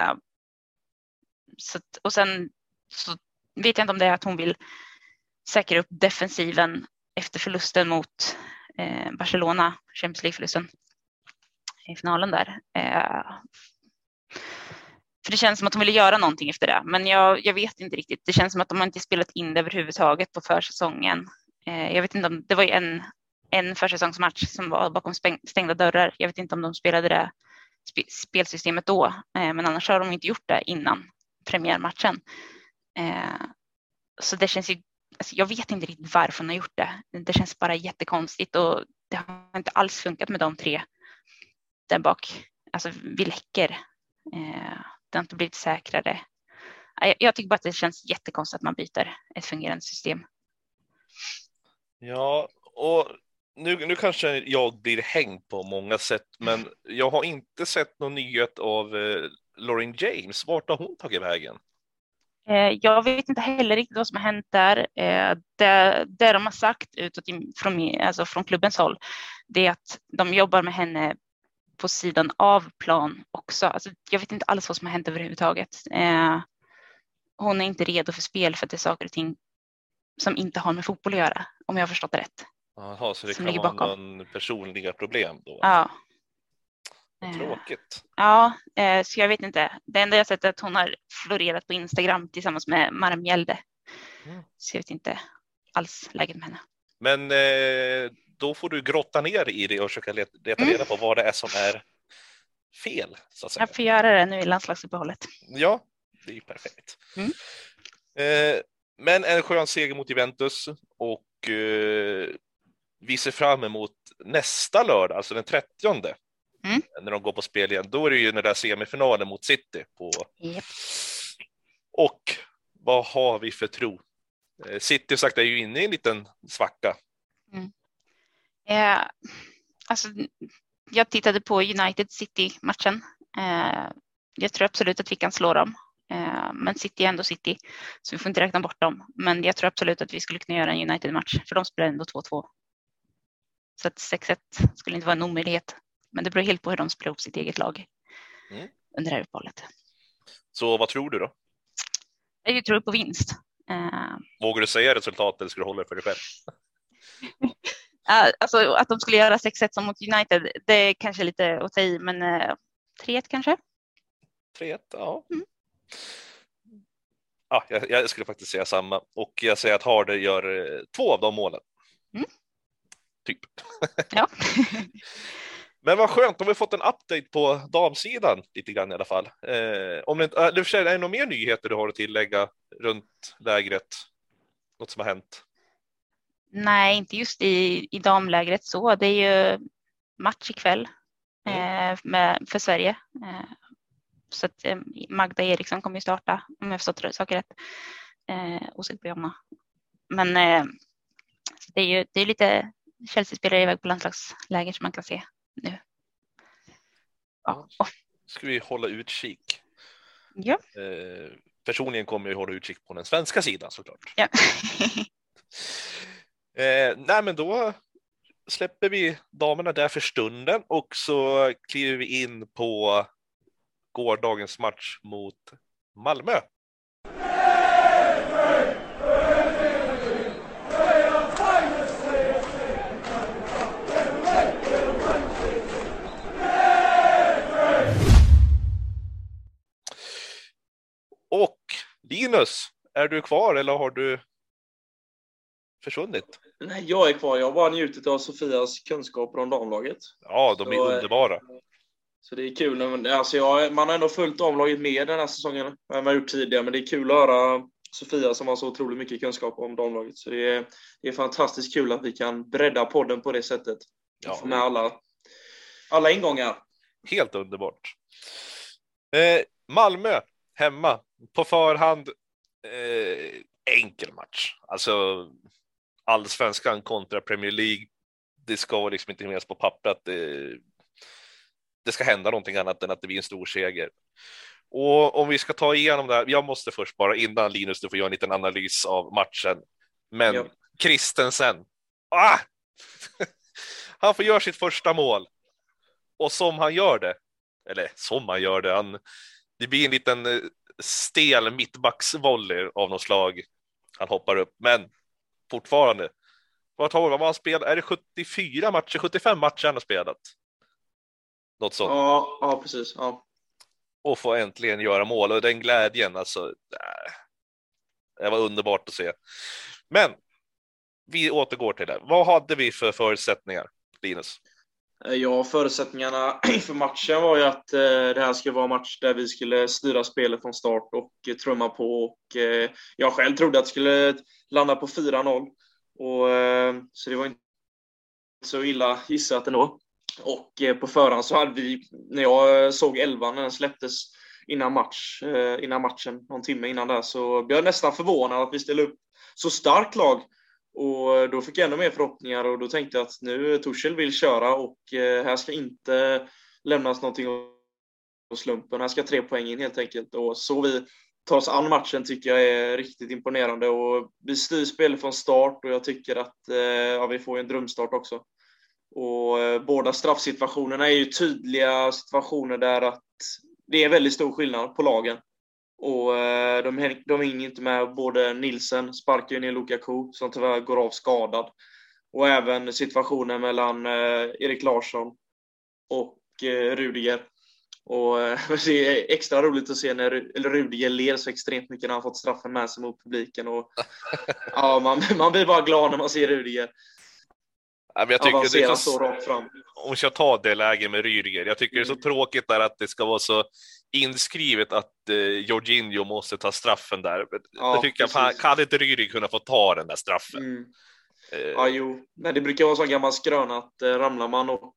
Och sen så vet jag inte om det är att hon vill säkra upp defensiven efter förlusten mot Barcelona, Champions League-förlusten i finalen där. För det känns som att de ville göra någonting efter det. Men jag vet inte riktigt. Det känns som att de inte spelat in det överhuvudtaget på försäsongen. Jag vet inte om det var ju en försäsongsmatch som var bakom stängda dörrar. Jag vet inte om de spelade det spelsystemet då. Men annars har de inte gjort det innan premiärmatchen. Så det känns ju, alltså jag vet inte riktigt varför de har gjort det. Det känns bara jättekonstigt och det har inte alls funkat med de tre där bak. Alltså vi läcker. Det har inte blivit säkrare. Jag tycker bara att det känns jättekonstigt att man byter ett fungerande system. Ja, och nu kanske jag blir hängd på många sätt, men jag har inte sett någon nyhet av Lauren James. Vart har hon tagit vägen? Jag vet inte heller riktigt vad som har hänt där. Det de har sagt utåt från klubbens håll, det är att de jobbar med henne på sidan av plan också. Alltså, jag vet inte alls vad som har hänt överhuvudtaget. Hon är inte redo för spel för att det är saker och ting som inte har med fotboll att göra, om jag har förstått det rätt. Jaha, så det kan vara någon personliga problem då? Ja. Tråkigt. Ja, så jag vet inte. Det enda jag sett är att hon har florerat på Instagram tillsammans med Mara Mjelde. Så jag vet inte alls läget med henne. Men då får du grotta ner i det och försöka leta reda på vad det är som är fel, så att säga. Jag får göra det nu i landslagsuppehållet. Ja, det är ju perfekt. Men en skön seger mot Juventus och vi ser fram emot nästa lördag, alltså den 30:e. När de går på spel igen. Då är det ju den där semifinalen mot City på. Yep. Och vad har vi för tro? City sagt är ju inne i en liten svacka. Alltså, jag tittade på United City-matchen. Jag tror absolut att vi kan slå dem. Men City är ändå City, så vi får inte räkna bort dem. Men jag tror absolut att vi skulle kunna göra en United-match, för de spelar ändå 2-2. Så att 6-1 skulle inte vara en omöjlighet. Men det beror helt på hur de spelar upp sitt eget lag under det här uppehållet. Så vad tror du då? Jag tror på vinst. Vågar du säga resultatet eller ska du hålla det för dig själv? Alltså att de skulle göra 6-1 som mot United, det är kanske lite att ta i, men 3-1 kanske? 3-1, ja. Ja, jag skulle faktiskt säga samma. Och jag säger att Harder gör 2 av de målen. Typ. Ja. Men vad skönt, de har fått en update på damsidan lite grann i alla fall. Om det är det några mer nyheter du har att tillägga runt lägret? Något som har hänt? Nej, inte just i damlägret så. Det är ju match ikväll för Sverige. Så att Magda Eriksson kommer ju starta, om jag förstått saker rätt. Osäker på Jonna. Men det är lite Chelsea-spelare iväg på landslagsläger som man kan se nu. Ja. Ska vi hålla utkik? Ja. Personligen kommer jag hålla utkik på den svenska sidan såklart. Ja. Nej, men då släpper vi damerna där för stunden och så kliver vi in på gårdagens match mot Malmö. Och Linus, är du kvar eller har du försvunnit? Nej, jag är kvar. Jag har bara njutit av Sofias kunskaper om damlaget. Ja, de är underbara. Så det är kul. Alltså man har ändå följt damlaget med den här säsongen än man gjort tidigare. Men det är kul att höra Sofia som har så otroligt mycket kunskap om damlaget. Så det är fantastiskt kul att vi kan bredda podden på det sättet. Ja, med alla ingångar. Helt underbart. Malmö hemma på förhand, enkel match. Alltså allsvenskan kontra Premier League, det ska liksom inte finnas på pappret. Det ska hända någonting annat än att det blir en stor seger. Och om vi ska ta igenom det här, jag måste först bara innan Linus du får göra en liten analys av matchen. Men ja. Christensen, han får göra sitt första mål. Och som han gör det, det blir en liten stel mittbacksvolley av något slag. Han hoppar upp, men fortfarande. Vad har han spelat? Är det 74 matcher, 75 matcher han har spelat? Något sånt. Ja, precis. Ja. Och få äntligen göra mål. Och den glädjen, alltså. Det var underbart att se. Men vi återgår till det. Vad hade vi för förutsättningar, Linus? Ja, förutsättningarna för matchen var ju att det här skulle vara en match där vi skulle styra spelet från start och trumma på. Och jag själv trodde att det skulle landa på 4-0. Så det var inte så illa gissat ändå. Och på förhand så hade vi, när jag såg 11 när den släpptes innan matchen, någon timme innan där, så blev jag nästan förvånad att vi ställde upp så starkt lag. Och då fick jag ännu mer förhoppningar och då tänkte jag att nu Tuchel vill köra och här ska inte lämnas någonting på slumpen. Här ska 3 poäng in helt enkelt. Och så vi tar oss an matchen tycker jag är riktigt imponerande och vi styr spelet från start och jag tycker att vi får en drömstart också. Och båda straffsituationerna är ju tydliga situationer där att det är väldigt stor skillnad på lagen. Och de hänger inte med. Både Nielsen sparkar ju ner Lukaku som tyvärr går av skadad. Och även situationen mellan Erik Larsson och Rudiger. Och det är extra roligt att se när Rudiger ler så extremt mycket när han fått straffen med sig mot publiken. Och, ja, man blir bara glad när man ser Rudiger. Ja, jag tycker det så rakt fram. Om vi ska ta det läge med Rudiger. Jag tycker det är så tråkigt där att det ska vara så inskrivet att Jorginho måste ta straffen där. Jag tycker att hade inte Rudiger kunnat få ta den där straffen. Men det brukar vara så gammal skröna att ramlar man och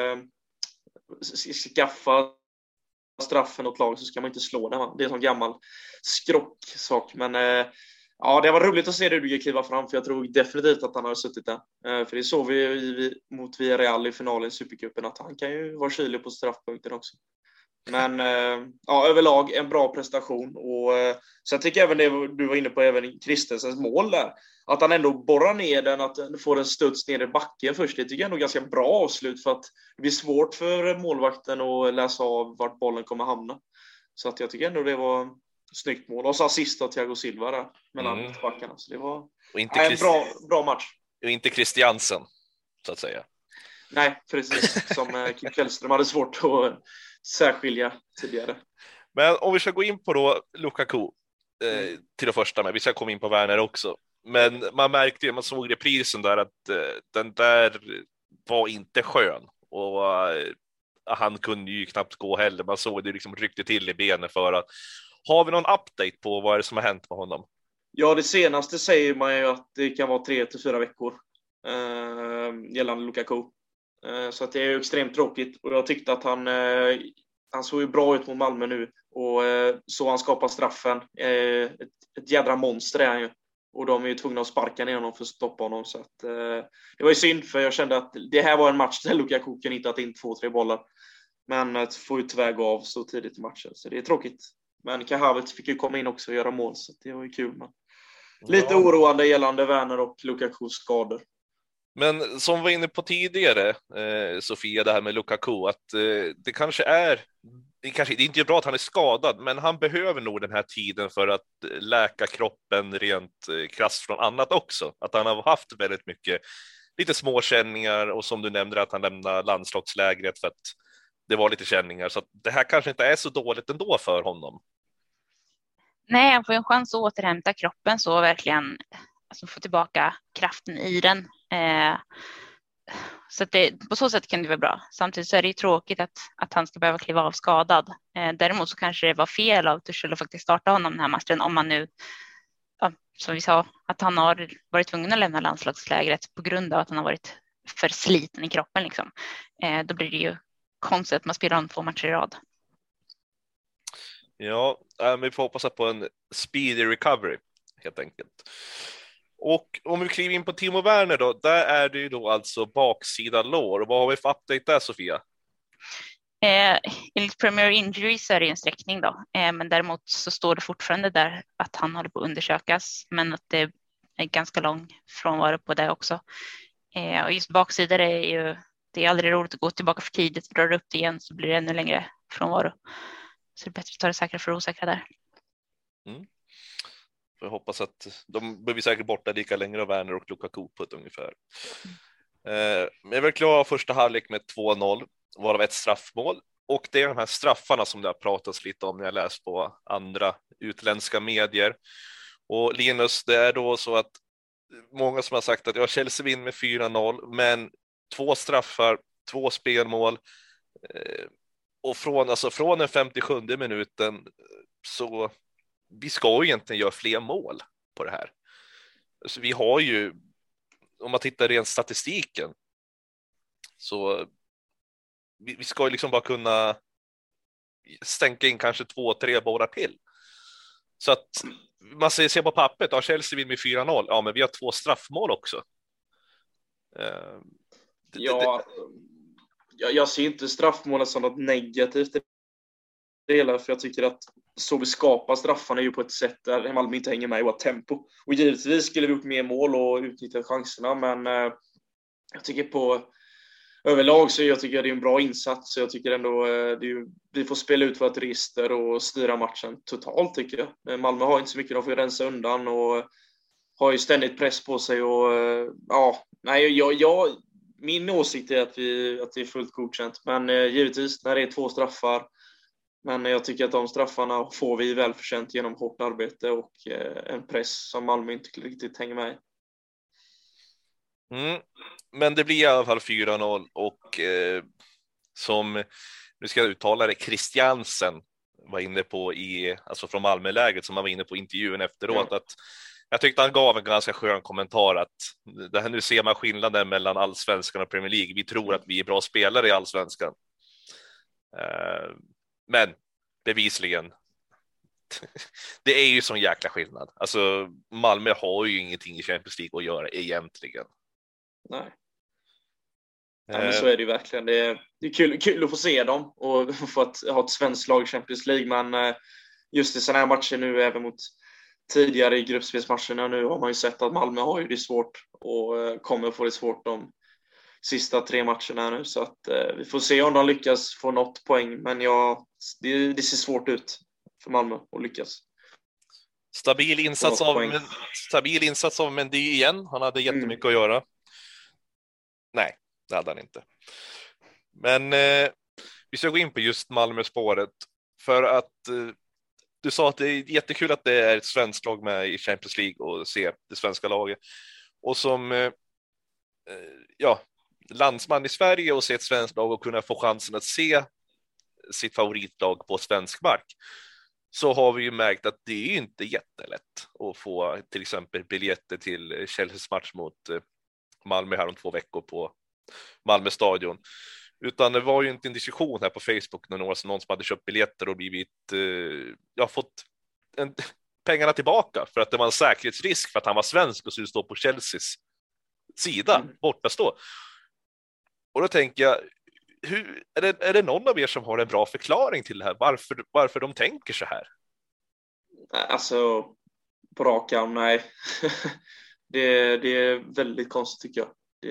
skaffa straffen åt lag så ska man inte slå den. Det är en sån gammal skrocksak. Men det var roligt att se Rudiger kliva fram för jag tror definitivt att han har suttit där. För det såg vi mot Villarreal i finalen i Supercupen att han kan ju vara kylig på straffpunkten också. Men överlag en bra prestation och sen tycker jag även det du var inne på, även Christensens mål där, att han ändå borrar ner den, att den får en studs ner i backen först, det tycker jag är nog ganska bra avslut för att det blir svårt för målvakten att läsa av vart bollen kommer hamna. Så att jag tycker ändå det var snyggt mål. Och så assist av Thiago Silva där mellan mittbackarna. Så det var en bra match. Och inte Christiansen, så att säga. Nej, precis. Som Kim Källström hade svårt att särskilja tidigare. Men om vi ska gå in på då Lukaku till det första med. Vi ska komma in på Werner också. Men man märkte ju, man såg reprisen där att den där var inte skön. Och han kunde ju knappt gå heller. Man såg det liksom ryckte till i benen för att. Har vi någon update på vad är det som har hänt med honom? Ja, det senaste säger man ju att det kan vara 3-4 veckor gällande Lukaku. Så att det är extremt tråkigt. Och jag tyckte att han såg ju bra ut mot Malmö nu. Och så han skapar straffen. Ett jädra monster är han ju. Och de är ju tvungna att sparka ner honom för att stoppa honom. Så att, det var ju synd för jag kände att det här var en match där Lukaku kan inte ha in 2-3 bollar. Men får ju tyvärr gå av så tidigt i matchen. Så det är tråkigt. Men Kahavets fick ju komma in också och göra mål, så det var ju kul. Men lite oroande gällande Werner och Lukakus skador. Men som var inne på tidigare, Sofia, det här med Lukaku, att det kanske är... Det är inte bra att han är skadad, men han behöver nog den här tiden för att läka kroppen rent krasst från annat också. Att han har haft väldigt mycket, lite småkänningar och som du nämnde att han lämnar landslagslägret för att det var lite känningar. Så att det här kanske inte är så dåligt ändå för honom. Nej, han får en chans att återhämta kroppen så verkligen, alltså få tillbaka kraften i den. Så att på så sätt kan det vara bra. Samtidigt så är det ju tråkigt att han ska behöva kliva av skadad. Däremot så kanske det var fel av Tuchel att faktiskt starta honom den här matchen om man nu ja, som vi sa, att han har varit tvungen att lämna landslagslägret på grund av att han har varit för sliten i kroppen. Liksom. Då blir det ju konstigt att man spelar om 2 matcher i rad. Ja, men vi får hoppas på en speedy recovery helt enkelt. Och om vi kliver in på Timo Werner då, där är det ju då alltså baksida lår. Vad har vi för update där, Sofia? Enligt Premier Injuries är det en sträckning då, men däremot så står det fortfarande där att han håller på att undersökas, men att det är ganska lång frånvaro på det också. Och just baksidor är ju, det är aldrig roligt att gå tillbaka för tidigt, drar upp det igen så blir det ännu längre frånvaro. Så det är bättre att ta det säkra för det osäkra där. Jag hoppas att de blir säkert borta lika länge av Werner och Lukaku på ett ungefär. Men jag är väl klar första halvlek med 2-0, varav ett straffmål. Och det är de här straffarna som det har pratats lite om när jag läst på andra utländska medier. Och Linus, det är då så att många som har sagt att Chelsea vinner med 4-0, men 2 straffar, 2 spelmål. Och från den 57 minuten så vi ska ju egentligen göra fler mål på det här. Så vi har ju, om man tittar rent statistiken, så vi ska ju liksom bara kunna stänka in kanske 2-3 bollar till. Så att man ser på pappret, ja, Chelsea vinner med 4-0, ja men vi har 2 straffmål också. Jag ser inte straffmålet som något negativt i det hela, för jag tycker att så vi skapar straffarna är ju på ett sätt där Malmö inte hänger med i vårt tempo. Och givetvis skulle vi gjort mer mål och utnyttjat chanserna, men jag tycker på överlag så jag tycker det är en bra insats. Så jag tycker ändå vi får spela ut vårt register och styra matchen totalt, tycker jag. Malmö har inte så mycket, de får rensa undan och har ju ständigt press på sig och min åsikt är att det är fullt godkänt, men givetvis när det är 2 straffar. Men jag tycker att de straffarna får vi välförtjänt genom hårt arbete och en press som Malmö inte riktigt hänger med i. Men det blir i alla fall 4-0 och som, nu ska jag uttala det, Christiansen var inne på alltså från Malmöläget, som han var inne på intervjun efteråt, att jag tyckte han gav en ganska skön kommentar att det här, nu ser man skillnaden mellan Allsvenskan och Premier League. Vi tror att vi är bra spelare i Allsvenskan. Men bevisligen det är ju sån jäkla skillnad. Alltså Malmö har ju ingenting i Champions League att göra egentligen. Nej. Ja, men så är det ju verkligen. Det är kul att få se dem och få ha ett svenskt lag i Champions League, men just i sådana här matcher nu, även mot tidigare i gruppspelsmatcherna, nu har man ju sett att Malmö har ju det svårt och kommer få det svårt de sista 3 matcherna nu, så att vi får se om de lyckas få något poäng, men det ser svårt ut för Malmö att lyckas. Stabil insats av Mendy igen. Han hade jättemycket att göra. Nej, det hade han inte. Men vi ska gå in på just Malmö-spåret, för att du sa att det är jättekul att det är ett svenskt lag med i Champions League och se det svenska laget. Och som landsman i Sverige och se ett svenskt lag och kunna få chansen att se sitt favoritlag på svensk mark, så har vi ju märkt att det är ju inte jättelätt att få till exempel biljetter till Chelseas match mot Malmö här om 2 veckor på Malmö stadion. Utan det var ju inte en diskussion här på Facebook när någon som hade köpt biljetter och fått pengarna tillbaka för att det var en säkerhetsrisk för att han var svensk och skulle stå på Chelseas sida, borta stå. Och då tänker jag, är det någon av er som har en bra förklaring till det här? Varför de tänker så här? Alltså, på rak arm, nej. det är väldigt konstigt, tycker jag.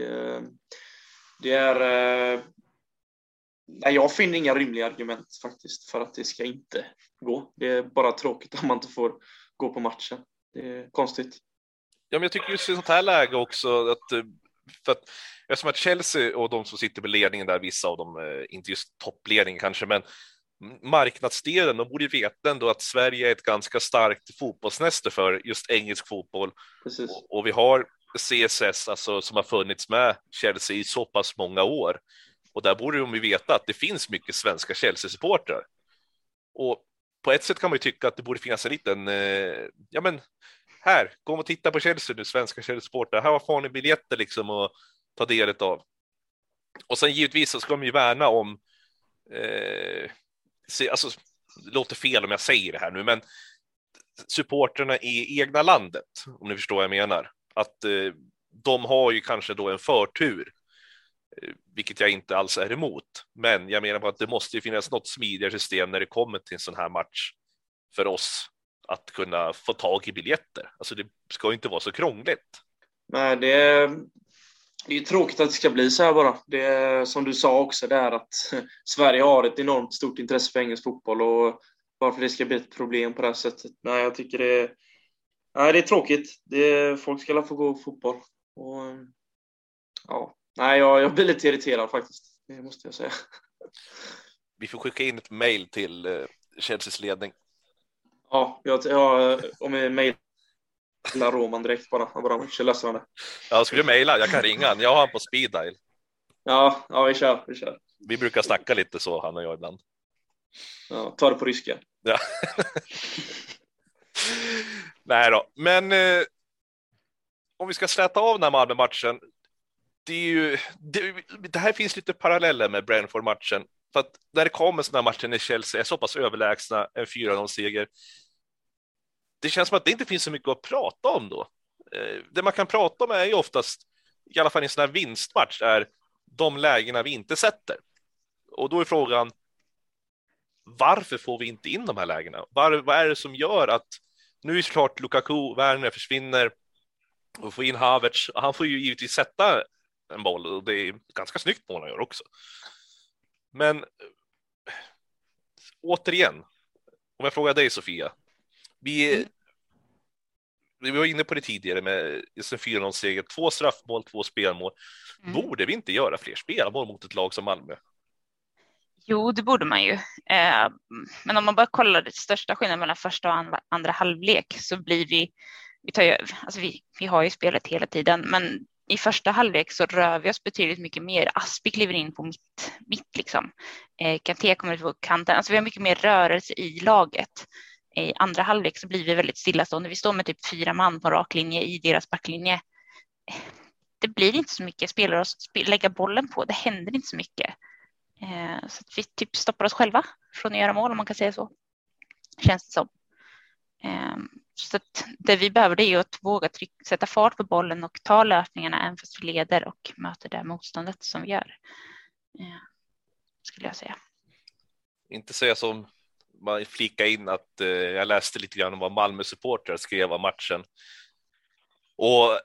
Det är... Nej, jag finner inga rimliga argument faktiskt för att det ska inte gå. Det är bara tråkigt om man inte får gå på matchen. Det är konstigt. Ja, men jag tycker just i sånt här läge också att eftersom att Chelsea och de som sitter på ledningen där, vissa av dem, inte just toppledningen kanske, men marknadsdelen, de borde veta ändå att Sverige är ett ganska starkt fotbollsnäste för just engelsk fotboll. Precis. Och vi har CSS alltså, som har funnits med Chelsea i så pass många år. Och där borde de ju veta att det finns mycket svenska Chelsea-supportrar. Och på ett sätt kan man ju tycka att det borde finnas en liten här, kom och titta på Chelsea nu, svenska Chelsea-supportrar. Här får ni biljetter liksom att ta del av. Och sen givetvis så ska de ju värna om alltså, det låter fel om jag säger det här nu, men supporterna i egna landet, om ni förstår vad jag menar, att de har ju kanske då en förtur, vilket jag inte alls är emot, men jag menar på att det måste ju finnas något smidigare system när det kommer till en sån här match för oss att kunna få tag i biljetter. Alltså det ska ju inte vara så krångligt. Nej, det är ju tråkigt att det ska bli så här bara. Det är som du sa också där, att Sverige har ett enormt stort intresse för engelsk fotboll, och varför det ska bli ett problem på det här sättet. Nej, jag tycker det är tråkigt. Folk ska få gå fotboll. Och, ja. Nej, jag blir lite irriterad faktiskt. Det måste jag säga. Vi får skicka in ett mejl till Chelseas ledning. Ja, om vi mejlar Roman direkt bara. Abramovic, jag läser det. Ja, skulle du mejla? Jag kan ringa han. Jag har han på speed dial. Ja, vi kör. Vi brukar snacka lite så, han och jag ibland. Ja, ta det på ryska. Ja. Nej då, men om vi ska släta av den här Malmö-matchen, det här finns lite paralleller med Brentford-matchen. För att när det kommer sådana här matcher när Chelsea är så pass överlägsna, en 4-0-seger, det känns som att det inte finns så mycket att prata om då. Det man kan prata om är ju oftast, i alla fall i en sån här vinstmatch, är de lägena vi inte sätter. Och då är frågan, varför får vi inte in de här lägena? Vad är det som gör att, nu är såklart Lukaku, Werner försvinner och får in Havertz, han får ju givetvis sätta en boll, och det är ganska snyggt mål han gör också. Men återigen, om jag frågar dig Sofia, vi var inne på det tidigare med en 4-0-seger, 2 straffmål, 2 spelmål. Borde vi inte göra fler spelmål mot ett lag som Malmö? Jo, det borde man ju. Men om man bara kollar det största skillnaden mellan första och andra halvlek, så blir vi har ju spelat hela tiden, men i första halvlek så rör vi oss betydligt mycket mer. Aspi kliver in på mitt liksom. Kanté kommer på kanten. Alltså vi har mycket mer rörelse i laget. I andra halvlek så blir vi väldigt stillastående. Vi står med typ 4 man på rak linje i deras backlinje. Det blir inte så mycket spelare att lägga bollen på. Det händer inte så mycket. Så att vi typ stoppar oss själva från att göra mål, om man kan säga så. Känns det som. Så att det vi behöver, det är ju att våga sätta fart på bollen och ta löpningarna även fast vi leder och möter det motståndet som vi gör. Skulle jag säga. Inte säga som man flika in att jag läste lite grann om vad Malmö-supportrar skrev om matchen. Och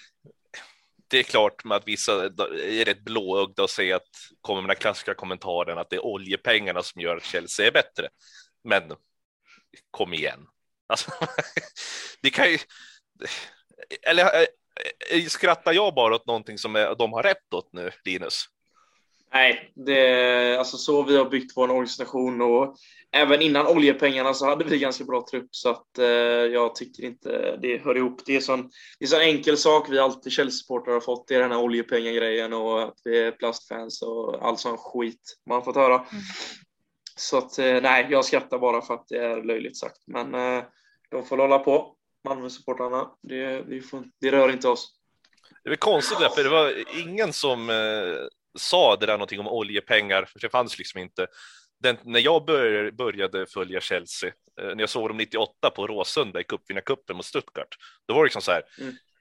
det är klart med att vissa är rätt blåögda och säger att kommer med den klassiska kommentaren att det är oljepengarna som gör att Chelsea är bättre. Men kom igen. Alltså, det kan ju, eller skrattar jag bara åt någonting som de har rätt åt nu, Linus? Nej, alltså så vi har byggt vår organisation, och även innan oljepengarna så hade vi ganska bra trupp, så att jag tycker inte det hör ihop. Det är så enkel sak vi alltid Chelsea-supportrar har fått, det är den här oljepengagrejen och att vi är plastfans och all sån skit man fått höra. Så att nej, jag skrattar bara för att det är löjligt sagt, men de får hålla på, Malmö-supportrarna, det rör inte oss. Det är konstigt där, för det var ingen som sa det där någonting om oljepengar, för det fanns liksom inte. När jag började följa Chelsea, när jag såg dem 98 på Råsunda i cupvinnarcupen mot Stuttgart, då var det liksom så här,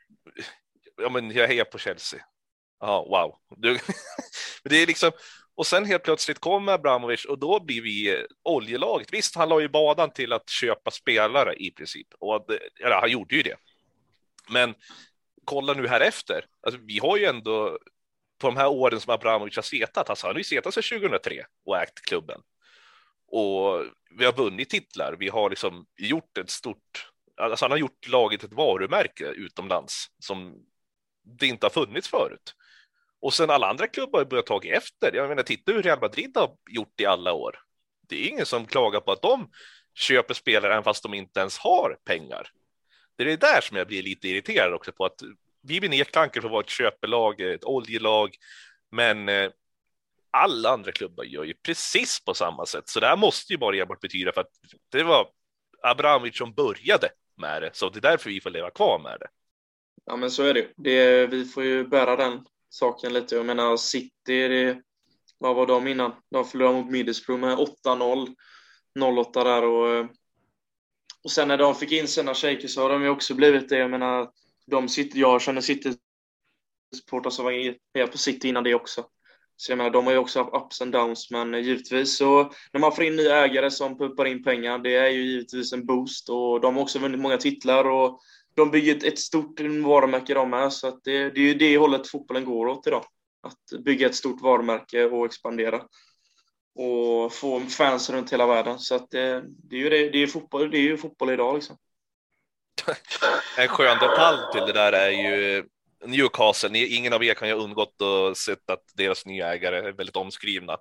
ja men jag hejar på Chelsea. Ja, wow. Det är liksom, och sen helt plötsligt kommer Abramovic och då blir vi oljelaget. Visst, han la ju badan till att köpa spelare i princip, och han gjorde ju det. Men kolla nu här efter, alltså, vi har ju ändå på de här åren som Abramovic har setat, alltså han har ju setat sig 2003 och ägt klubben. Och vi har vunnit titlar, vi har liksom gjort ett stort, alltså han har gjort laget ett varumärke utomlands som det inte har funnits förut. Och sen alla andra klubbar har börjat ta efter. Jag menar, titta hur Real Madrid har gjort i alla år. Det är ingen som klagar på att de köper spelare även fast de inte ens har pengar. Det är det där som jag blir lite irriterad också på, att vi blir nedklankade för att vara ett köpelag, ett oljelag, men alla andra klubbar gör ju precis på samma sätt. Så det här måste ju bara enbart betyda för att det var Abramovic som började med det. Så det är därför vi får leva kvar med det. Ja, men så är det. Vi får ju bära den saken lite. Jag menar, City, vad var de innan? De förlorade mot Middlesbrough med 8-0. 0-8 där och sen när de fick in sina shaker så har de ju också blivit det. Jag menar, jag känner City-supportrar som var här på City innan det också. Så jag menar, de har ju också haft ups and downs, men givetvis så när man får in nya ägare som pumpar in pengar, det är ju givetvis en boost, och de har också vunnit många titlar och de bygger ett stort varumärke de är, så att det är ju det hållet fotbollen går åt idag. Att bygga ett stort varumärke och expandera och få fans runt hela världen, så att det är ju fotboll idag liksom. En skön detalj till det där är ju Newcastle. Ingen av er kan ju ha undgått att se att deras nya ägare är väldigt omskrivna.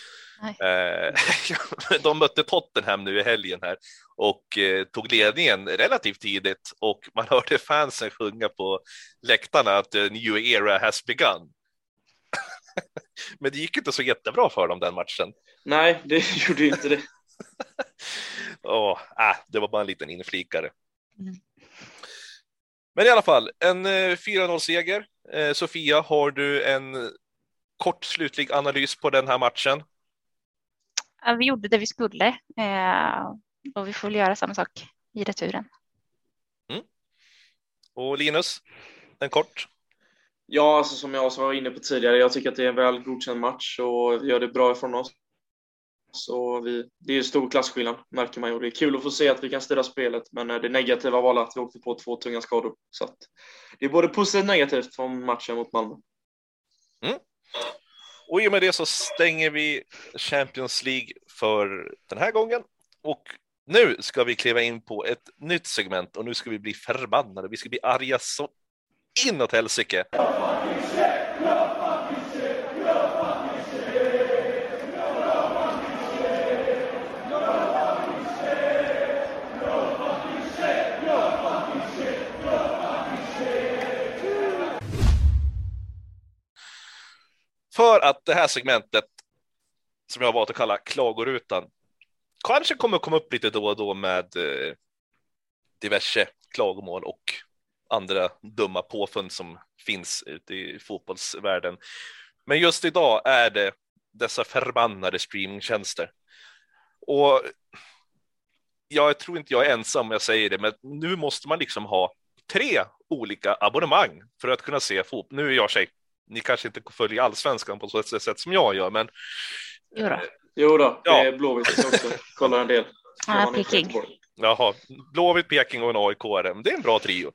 De mötte Tottenham nu i helgen här och tog ledningen relativt tidigt, och man hörde fansen sjunga på läktarna att new era has begun. Men det gick inte så jättebra för dem den matchen. Nej, det gjorde inte det. Det var bara en liten inflikare. Men i alla fall, en 4-0-seger. Sofia, har du en kort slutlig analys på den här matchen? Ja, vi gjorde det vi skulle. Och vi får väl göra samma sak i returen. Och Linus, en kort? Ja, alltså som jag var inne på tidigare, jag tycker att det är en väl godkänd match och vi gör det bra ifrån oss. Så det är en stor klasskillnad, märker man ju. Det är kul att få se att vi kan styra spelet, men det negativa var att vi åkte på 2 tunga skador. Så att det är både positivt och negativt från matchen mot Malmö. Och i och med det så stänger vi Champions League för den här gången. Och nu ska vi kliva in på ett nytt segment, och nu ska vi bli förbannade. Vi ska bli arga så inåt helsike. För att det här segmentet, som jag har valt att kalla klagorutan, kanske kommer att komma upp lite då och då med diverse klagomål och andra dumma påfund som finns ute i fotbollsvärlden. Men just idag är det dessa förbannade streamingtjänster. Och jag tror inte jag är ensam om jag säger det, men nu måste man liksom ha 3 olika abonnemang för att kunna se fotboll. Nu är jag tjej. Ni kanske inte följer allsvenskan på så sätt som jag gör, men... Jo då, det är Blåvitt också. Kollar en del. Peking. Jaha, Blåvitt, Peking och en AIK. Det är en bra trio.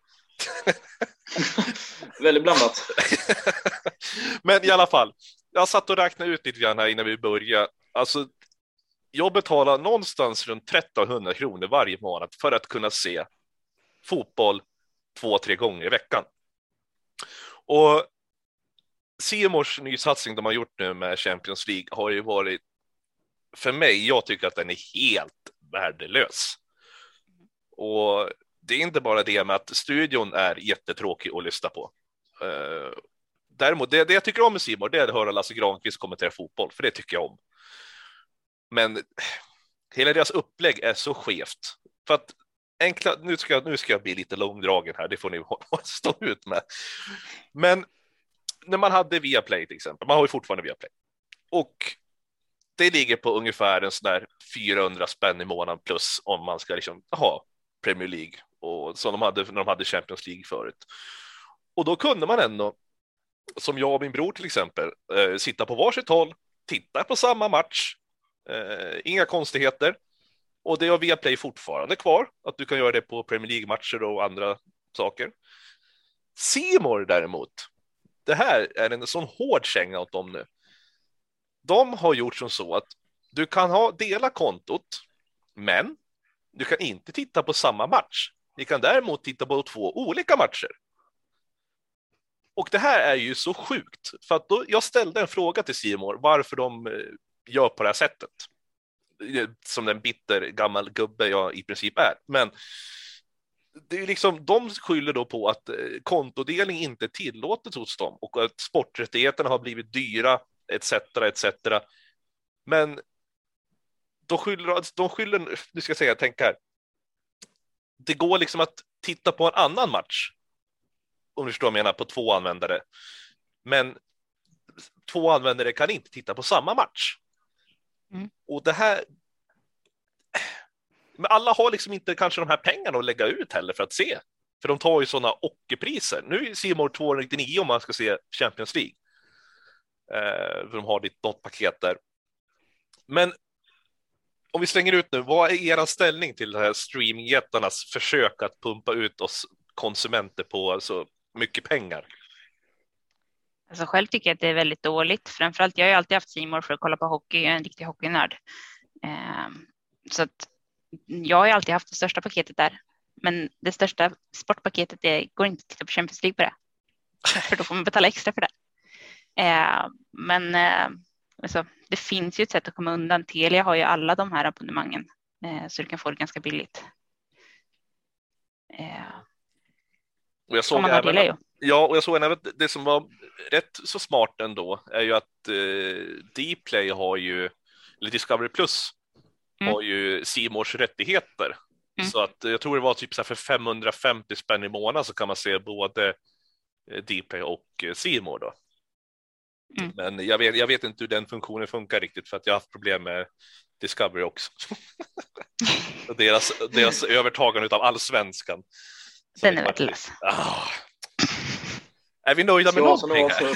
Väldigt blandat. Men i alla fall, jag satt och räknade ut lite grann här innan vi började. Alltså, jag betalar någonstans runt 1300 kronor varje månad för att kunna se fotboll 2-3 gånger i veckan. Och C Mors nysatsning de har gjort nu med Champions League har ju varit, för mig, jag tycker att den är helt värdelös. Och det är inte bara det med att studion är jättetråkig att lyssna på. Däremot, det jag tycker om med C More, det är att höra Lasse Granqvist kommentera fotboll, för det tycker jag om. Men hela deras upplägg är så skevt. För att nu ska jag bli lite långdragen här, det får ni stå ut med. Men när man hade Viaplay till exempel, man har ju fortfarande Viaplay, och det ligger på ungefär en sån där 400 spänn i månaden plus om man ska liksom ha Premier League, och som de hade när de hade Champions League förut. Och då kunde man ändå, som jag och min bror till exempel, sitta på varsitt håll, titta på samma match, inga konstigheter. Och det har Viaplay fortfarande kvar, att du kan göra det på Premier League-matcher och andra saker. C More däremot, det här är en sån hård känga åt dem nu. De har gjort som så att du kan dela kontot, men du kan inte titta på samma match. Ni kan däremot titta på 2 olika matcher. Och det här är ju så sjukt. För att jag ställde en fråga till C More varför de gör på det här sättet. Som den bitter gammal gubbe jag i princip är. Men det är liksom, de skyller då på att kontodelning inte är tillåtet hos dem och att sporträttigheterna har blivit dyra etc. Men de skyller, nu ska jag säga, tänk här. det går liksom att titta på en annan match, om du förstår vad jag menar, på 2 användare. Men 2 användare kan inte titta på samma match. Och det här, men alla har liksom inte kanske de här pengarna att lägga ut heller för att se. För de tar ju sådana ockerpriser. Nu är C More 299 om man ska se Champions League. För de har något paket där. Men om vi slänger ut nu, vad är er ställning till det här streamingjättarnas försök att pumpa ut oss konsumenter på så mycket pengar? Alltså själv tycker jag att det är väldigt dåligt. Framförallt, jag har ju alltid haft C More för att kolla på hockey. Jag är en riktig hockeynörd. Så att jag har ju alltid haft det största paketet där. Men det största sportpaketet, det går inte att titta på Champions League på det. För då får man betala extra för det. Men alltså, det finns ju ett sätt att komma undan. Telia har ju alla de här abonnemangen. Så du kan få det ganska billigt. Och jag såg och jag såg även att det som var rätt så smart ändå är ju att Dplay har ju, eller Discovery Plus har ju C Mores rättigheter. Så att jag tror det var typ så här för 550 spänn i månaden så kan man se både Dplay och C More då. Men jag vet inte hur den funktionen funkar riktigt, för att jag har haft problem med Discovery också. deras övertagande av allsvenskan. Den är värdelös. Är vi nöjda med någonting här?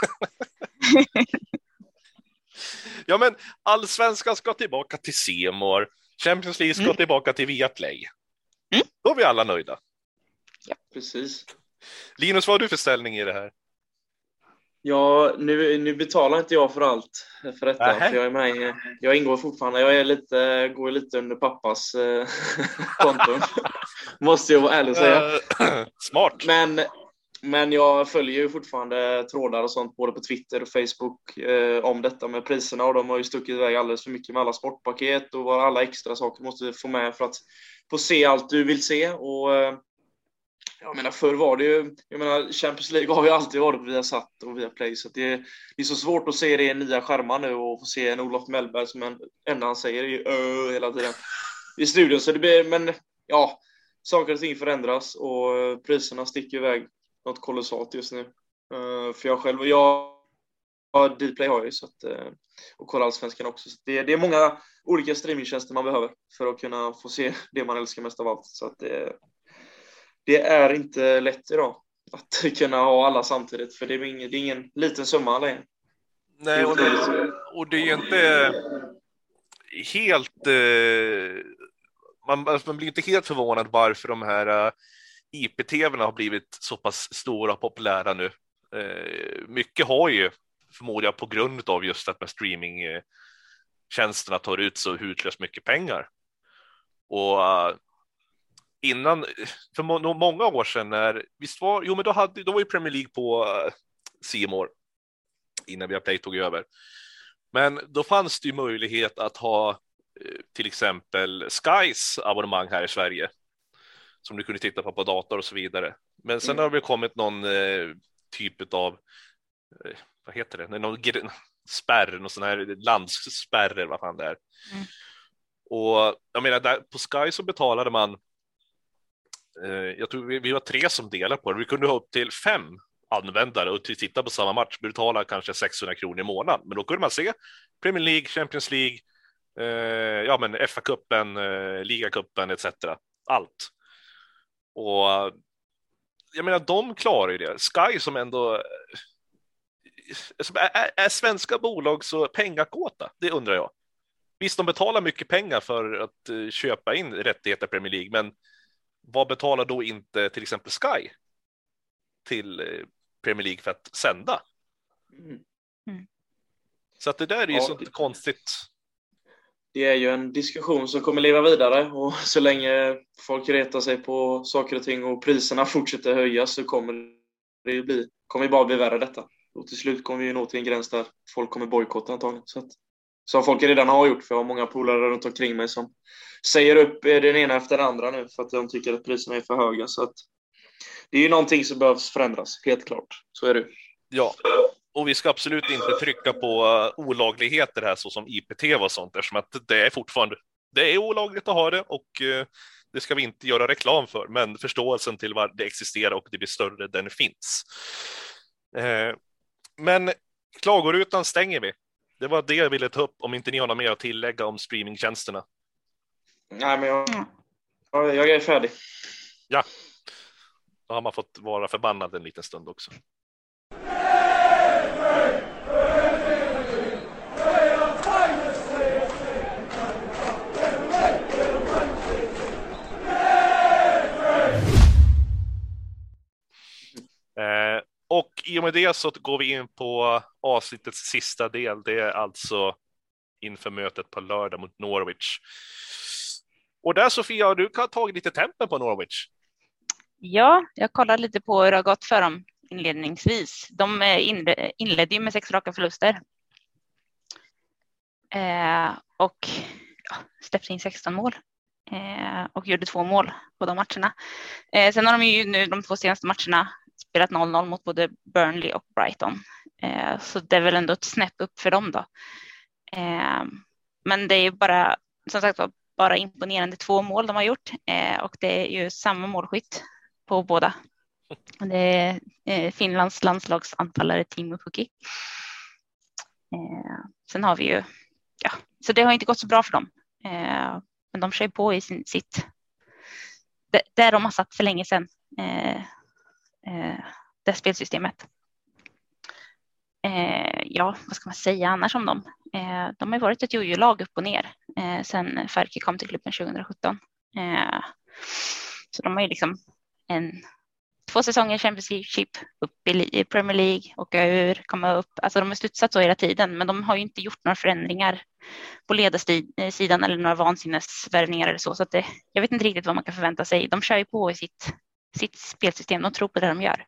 Ja, men allsvenskan ska tillbaka till C More. Champions League ska tillbaka till Viaplay. Då är vi alla nöjda. Ja, precis. Linus, vad har du för ställning i det här? Ja, nu betalar inte jag för allt för detta. För jag är med. Jag ingår fortfarande. Går lite under pappas konton. Måste jag vara ärlig och säga. Smart. Men jag följer ju fortfarande trådar och sånt både på Twitter och Facebook om detta med priserna, och de har ju stuckit iväg alldeles för mycket med alla sportpaket och vad alla extra saker måste få med för att få se allt du vill se. Och jag menar, förr var det ju, Champions League har ju alltid varit på Viasat och Viaplay, så det är så svårt att se det i nya skärmar nu och få se en Olof Mellberg som enda han säger är ju hela tiden i studion. Så det blir, men ja, saker och ting förändras och priserna sticker iväg något kolossalt just nu. För Dplay har ju så att, och kolla allsvenskan också. Så det är många olika streamingtjänster man behöver för att kunna få se det man älskar mest av allt. Så att det är inte lätt idag att kunna ha alla samtidigt, för det är ingen liten summa längre. Nej, och det är ju inte helt man blir inte helt förvånad varför de här IP-tv:na har blivit så pass stora och populära nu. Mycket har ju förmodligen på grund av just att med streamingtjänsterna tar ut så hutlöst mycket pengar. Och innan, för många år sedan då var ju Premier League på C More innan Viaplay tog över. Men då fanns det ju möjlighet att ha till exempel Skys abonnemang här i Sverige som du kunde titta på dator och så vidare. Men sen har det kommit någon typ av vad heter det? Någon spärr, någon sån här landsspärr, vad fan det är. Och jag menar, där på Sky så betalade man jag tror vi var 3 som delade på det. Vi kunde ha upp till 5 användare och titta på samma match, betala kanske 600 kronor i månaden. Men då kunde man se Premier League, Champions League, FA-cupen, Liga-cupen etc. Allt. Och jag menar, de klarar ju det. Sky som ändå är svenska bolag så pengakåta, det undrar jag. Visst, de betalar mycket pengar för att köpa in rättigheter Premier League, men vad betalar då inte till exempel Sky till Premier League för att sända? Så att det där är ju sånt konstigt. Det är ju en diskussion som kommer leva vidare, och så länge folk retar sig på saker och ting och priserna fortsätter höjas så kommer det bara bli värre detta. Och till slut kommer vi nå till en gräns där folk kommer bojkotta antagligen. Som folk redan har gjort, för jag har många polare runt omkring mig som säger upp den ena efter den andra nu för att de tycker att priserna är för höga. Så att det är ju någonting som behövs förändras, helt klart. Så är det. Ja, och vi ska absolut inte trycka på olagligheter här så som IPTV och sånt, eftersom att det är olagligt att ha det, och det ska vi inte göra reklam för, men förståelsen till vad det existerar och det blir större den finns. Men klagorutan stänger vi. Det var det jag ville ta upp, om inte ni har något mer att tillägga om streamingtjänsterna. Nej, men jag är färdig. Ja, då har man fått vara förbannad en liten stund också. Och i och med det så går vi in på avsnittets sista del. Det är alltså inför mötet på lördag mot Norwich. Och där, Sofia, du kan ha tagit lite tempen på Norwich. Ja, jag kollade lite på hur det har gått för dem inledningsvis. De inledde ju med 6 raka förluster. Och släppte in 16 mål. Och gjorde 2 mål på de matcherna. Sen har de ju nu de 2 senaste matcherna spelat 0-0 mot både Burnley och Brighton. Så det är väl ändå ett snäpp upp för dem då. Men det är ju bara, som sagt, bara imponerande 2 mål de har gjort. Och det är ju samma målskytt på båda. Det är Finlands landslagsanfallare Teemu Pukki. Sen har vi ju, så det har inte gått så bra för dem. Men de kör på i sitt, där de har satt för länge sedan. Det spelsystemet. Vad ska man säga annars om dem? De har varit ett jojo-lag upp och ner sen Ferke kom till klubben 2017. Så de har ju liksom 2 säsonger Championship, upp i Premier League, åka ur, komma upp. Alltså de har studsat så hela tiden, men de har ju inte gjort några förändringar på ledarsidan eller några vansinnesvärvningar eller så. Så att jag vet inte riktigt vad man kan förvänta sig. De kör ju på i sitt spelsystem, de tror på det de gör.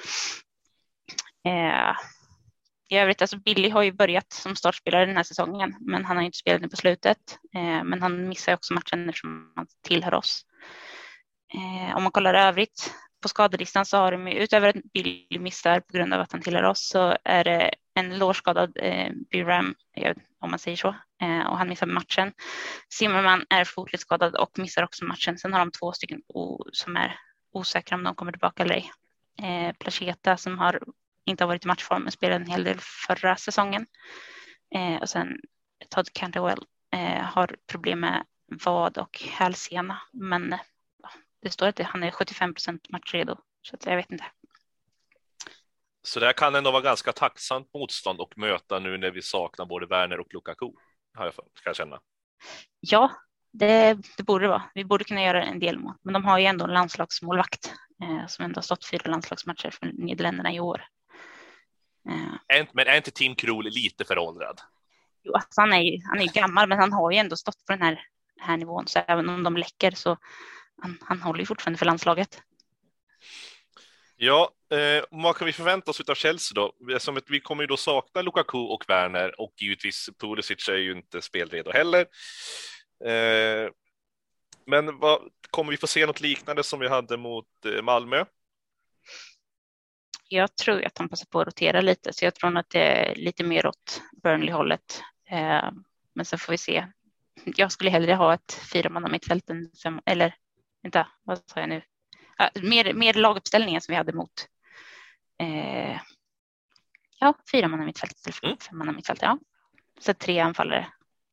I övrigt, alltså Billy har ju börjat som startspelare den här säsongen, men han har ju inte spelat nu på slutet. Men han missar ju också matchen eftersom han tillhör oss. Om man kollar övrigt på skadelistan så har de ju, utöver att Billy missar på grund av att han tillhör oss, så är det en lårskadad Byram, om man säger så, och han missar matchen. Zimmerman är fotledsskadad och missar också matchen. Sen har de 2 stycken som är osäkra om de kommer tillbaka eller ej. Placheta som inte har varit i matchform men spelade en hel del förra säsongen. Och sen Todd Cantwell har problem med vad och hälsena, men det står att han är 75% matchredo, så att jag vet inte. Så det kan ändå vara ganska tacksamt motstånd och möta nu när vi saknar både Werner och Lukaku, ska jag känna. Ja, det borde det vara. Vi borde kunna göra en del mål, men de har ju ändå en landslagsmålvakt som ändå har stått 4 landslagsmatcher för Nederländerna i år. Men är inte Tim Krul lite föråldrad? Jo, alltså han är gammal, men han har ju ändå stått på den här nivån, så även om de läcker så han håller ju fortfarande för landslaget. Ja, vad kan vi förvänta oss av Chelsea då? Som vi kommer ju då sakna Lukaku och Werner, och givetvis Pulisic är ju inte spelredo heller. Men kommer vi få se något liknande som vi hade mot Malmö? Jag tror att han passar på att rotera lite, så jag tror att det är lite mer åt Burnley-hållet. Men så får vi se. Jag skulle hellre ha ett 4-manna mittfält än 5, eller vänta, vad sa jag nu? Mer laguppställningar som vi hade mot 4-manna mittfält istället för 5-manna mittfält, ja. Så 3 anfallare.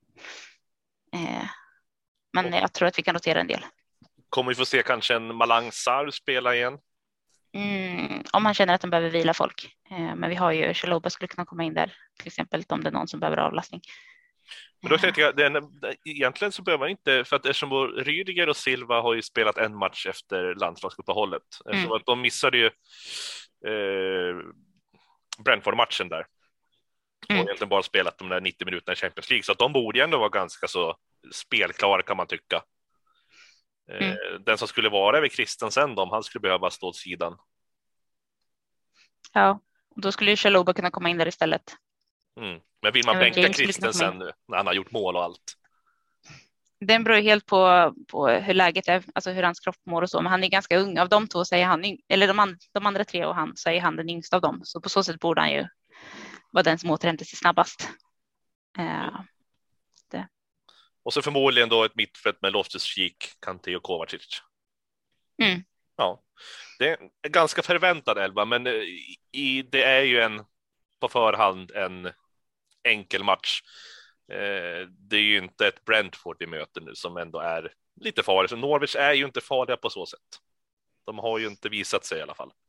Men jag tror att vi kan rotera en del. Kommer vi få se kanske en Malang Sarr spela igen? Om man känner att de behöver vila folk. Men vi har ju Chalobah skulle kunna komma in där, till exempel om det är någon som behöver avlastning. Men då tänkte jag, egentligen så behöver man inte, för att eftersom Rüdiger och Silva har ju spelat en match efter landslagsuppehållet. Eftersom att de missade ju Brentford-matchen där. Och egentligen bara spelat de där 90 minuterna i Champions League. Så att de borde ändå vara ganska så spelklara, kan man tycka. Den som skulle vara över Christensen, han skulle behöva stå åt sidan. Ja, och då skulle ju Chalobah kunna komma in där istället. Men vill man bänka Christensen nu när han har gjort mål och allt? Den beror helt på hur läget är, alltså hur hans kropp mår och så. Men han är ganska ung. Av de 2 säger han, eller de andra 3 och han, så är han den yngsta av dem. Så på så sätt borde han ju vara den som återhämtar sig snabbast. Och så förmodligen då ett mittfält med Loftus-Cheek, Kanté och Kovacic. Ja, det är en ganska förväntad elva, men det är ju på förhand en enkel match. Det är ju inte ett Brentford vi möter nu som ändå är lite farligt. Så Norwich är ju inte farliga på så sätt. De har ju inte visat sig i alla fall.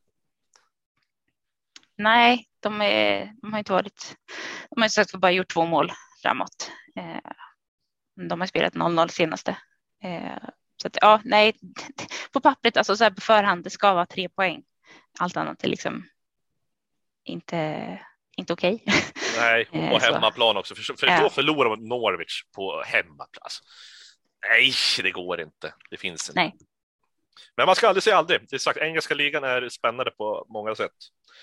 Nej, de har inte varit. De har sagt att de bara gjort 2 mål framåt. De har spelat 0-0 senaste. Så att, ja, nej, på pappret, alltså så här på förhand, det ska vara 3 poäng. Allt annat är liksom inte okej. Nej, och hemmaplan också. För då förlorar man Norwich på hemmaplats. Nej, det går inte. Det finns inte. Nej. Men man ska aldrig säga aldrig. Det är sagt, engelska ligan är spännande på många sätt.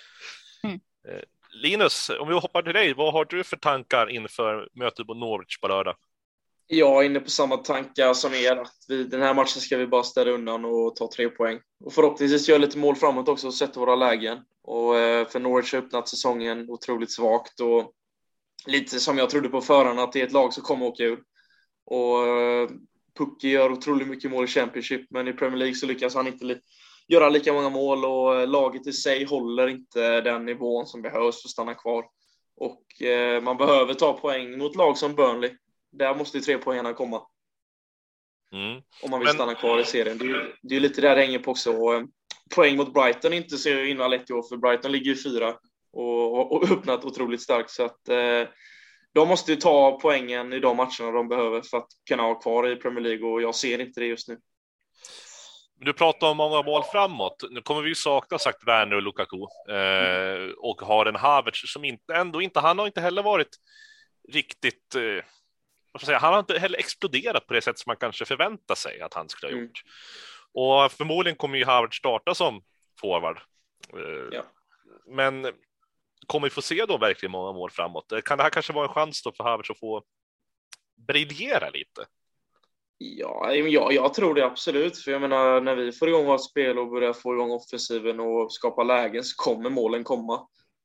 Linus, om vi hoppar till dig, vad har du för tankar inför mötet på Norwich på lördag? Jag är inne på samma tankar som er. Att den här matchen ska vi bara ställa undan och ta 3 poäng. Och förhoppningsvis göra lite mål framåt också och sätta våra lägen. Och för Norwich har öppnat säsongen otroligt svagt. Och lite som jag trodde på förhand att det är ett lag som kommer åka ur. Och Pukki gör otroligt mycket mål i Championship. Men i Premier League så lyckas han inte göra lika många mål. Och laget i sig håller inte den nivån som behövs för att stanna kvar. Och man behöver ta poäng mot lag som Burnley. Där måste 3 poängarna komma. Om man vill stanna kvar i serien. Det är lite där det hänger på också. Och poäng mot Brighton inte så himla lätt i år. För Brighton ligger ju 4 och öppnat otroligt starkt. Så att de måste ju ta poängen i de matcherna de behöver för att kunna ha kvar i Premier League. Och jag ser inte det just nu. Du pratar om många mål framåt. Nu kommer vi ju sakna sagt Werner och Lukaku. Och har en Havertz som han har inte heller varit riktigt... han har inte heller exploderat på det sätt som man kanske förväntar sig att han skulle ha gjort. Och förmodligen kommer ju Havertz starta som forward. Men kommer vi få se då verkligen många mål framåt? Kan det här kanske vara en chans då för Havertz att få briljera lite? Ja, jag tror det absolut. För jag menar, när vi får igång vårt spel och börjar få igång offensiven och skapa lägen så kommer målen komma.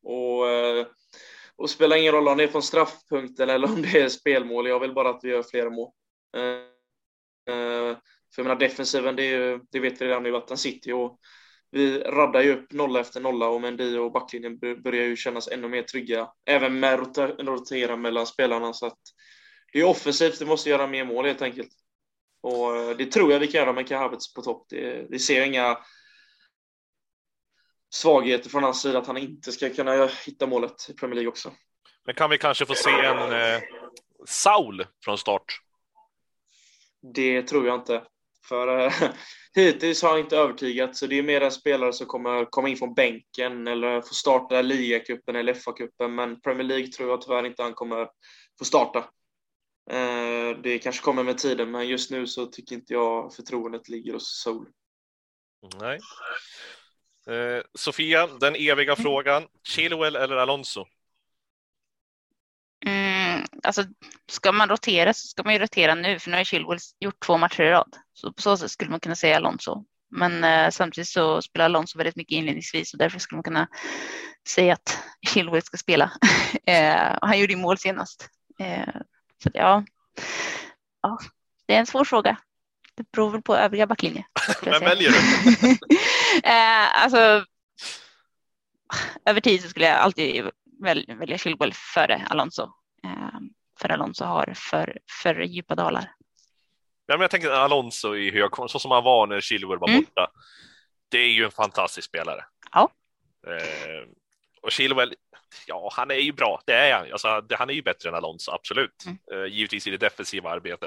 Och spelar ingen roll om det är från straffpunkten eller om det är spelmål. Jag vill bara att vi gör flera mål. För jag menar, defensiven, det vet vi redan nu att den sitter ju. Och vi raddar ju upp 0 efter 0 och Mendy och backlinjen börjar ju kännas ännu mer trygga. Även med rotera mellan spelarna. Så att det är offensivt, det måste göra mer mål helt enkelt. Och det tror jag vi kan göra med Havertz på topp. Vi ser inga svagheter från hans sida att han inte ska kunna hitta målet i Premier League också. Men kan vi kanske få se en Saul från start? Det tror jag inte. För hittills har han inte övertygat. Så det är mer en spelare som kommer komma in från bänken eller få starta Liga-cupen eller FA-cupen. Men Premier League tror jag tyvärr inte han kommer få starta. Det kanske kommer med tiden, men just nu så tycker inte jag förtroendet ligger hos Saul. Nej. Sofia, den eviga frågan. Chilwell eller Alonso? Alltså, ska man rotera så ska man ju rotera nu, för nu har Chilwell gjort 2 matcher i rad. Så på så sätt skulle man kunna säga Alonso. Men samtidigt så spelar Alonso väldigt mycket inledningsvis och därför skulle man kunna säga att Chilwell ska spela. Och han gjorde ju mål senast. Så ja, det är en svår fråga. Det beror väl på övriga backlinjer. Vem väljer du? Alltså, över tid så skulle jag alltid välja Chilwell före Alonso. För Alonso har för djupa dalar. Ja, men jag tänker Alonso i högkonst, så som han var när Chilwell var borta. Det är ju en fantastisk spelare. Ja. Och Chilwell, ja, han är ju bra. Det är han. Alltså, han är ju bättre än Alonso, absolut. Givetvis i det defensiva arbetet.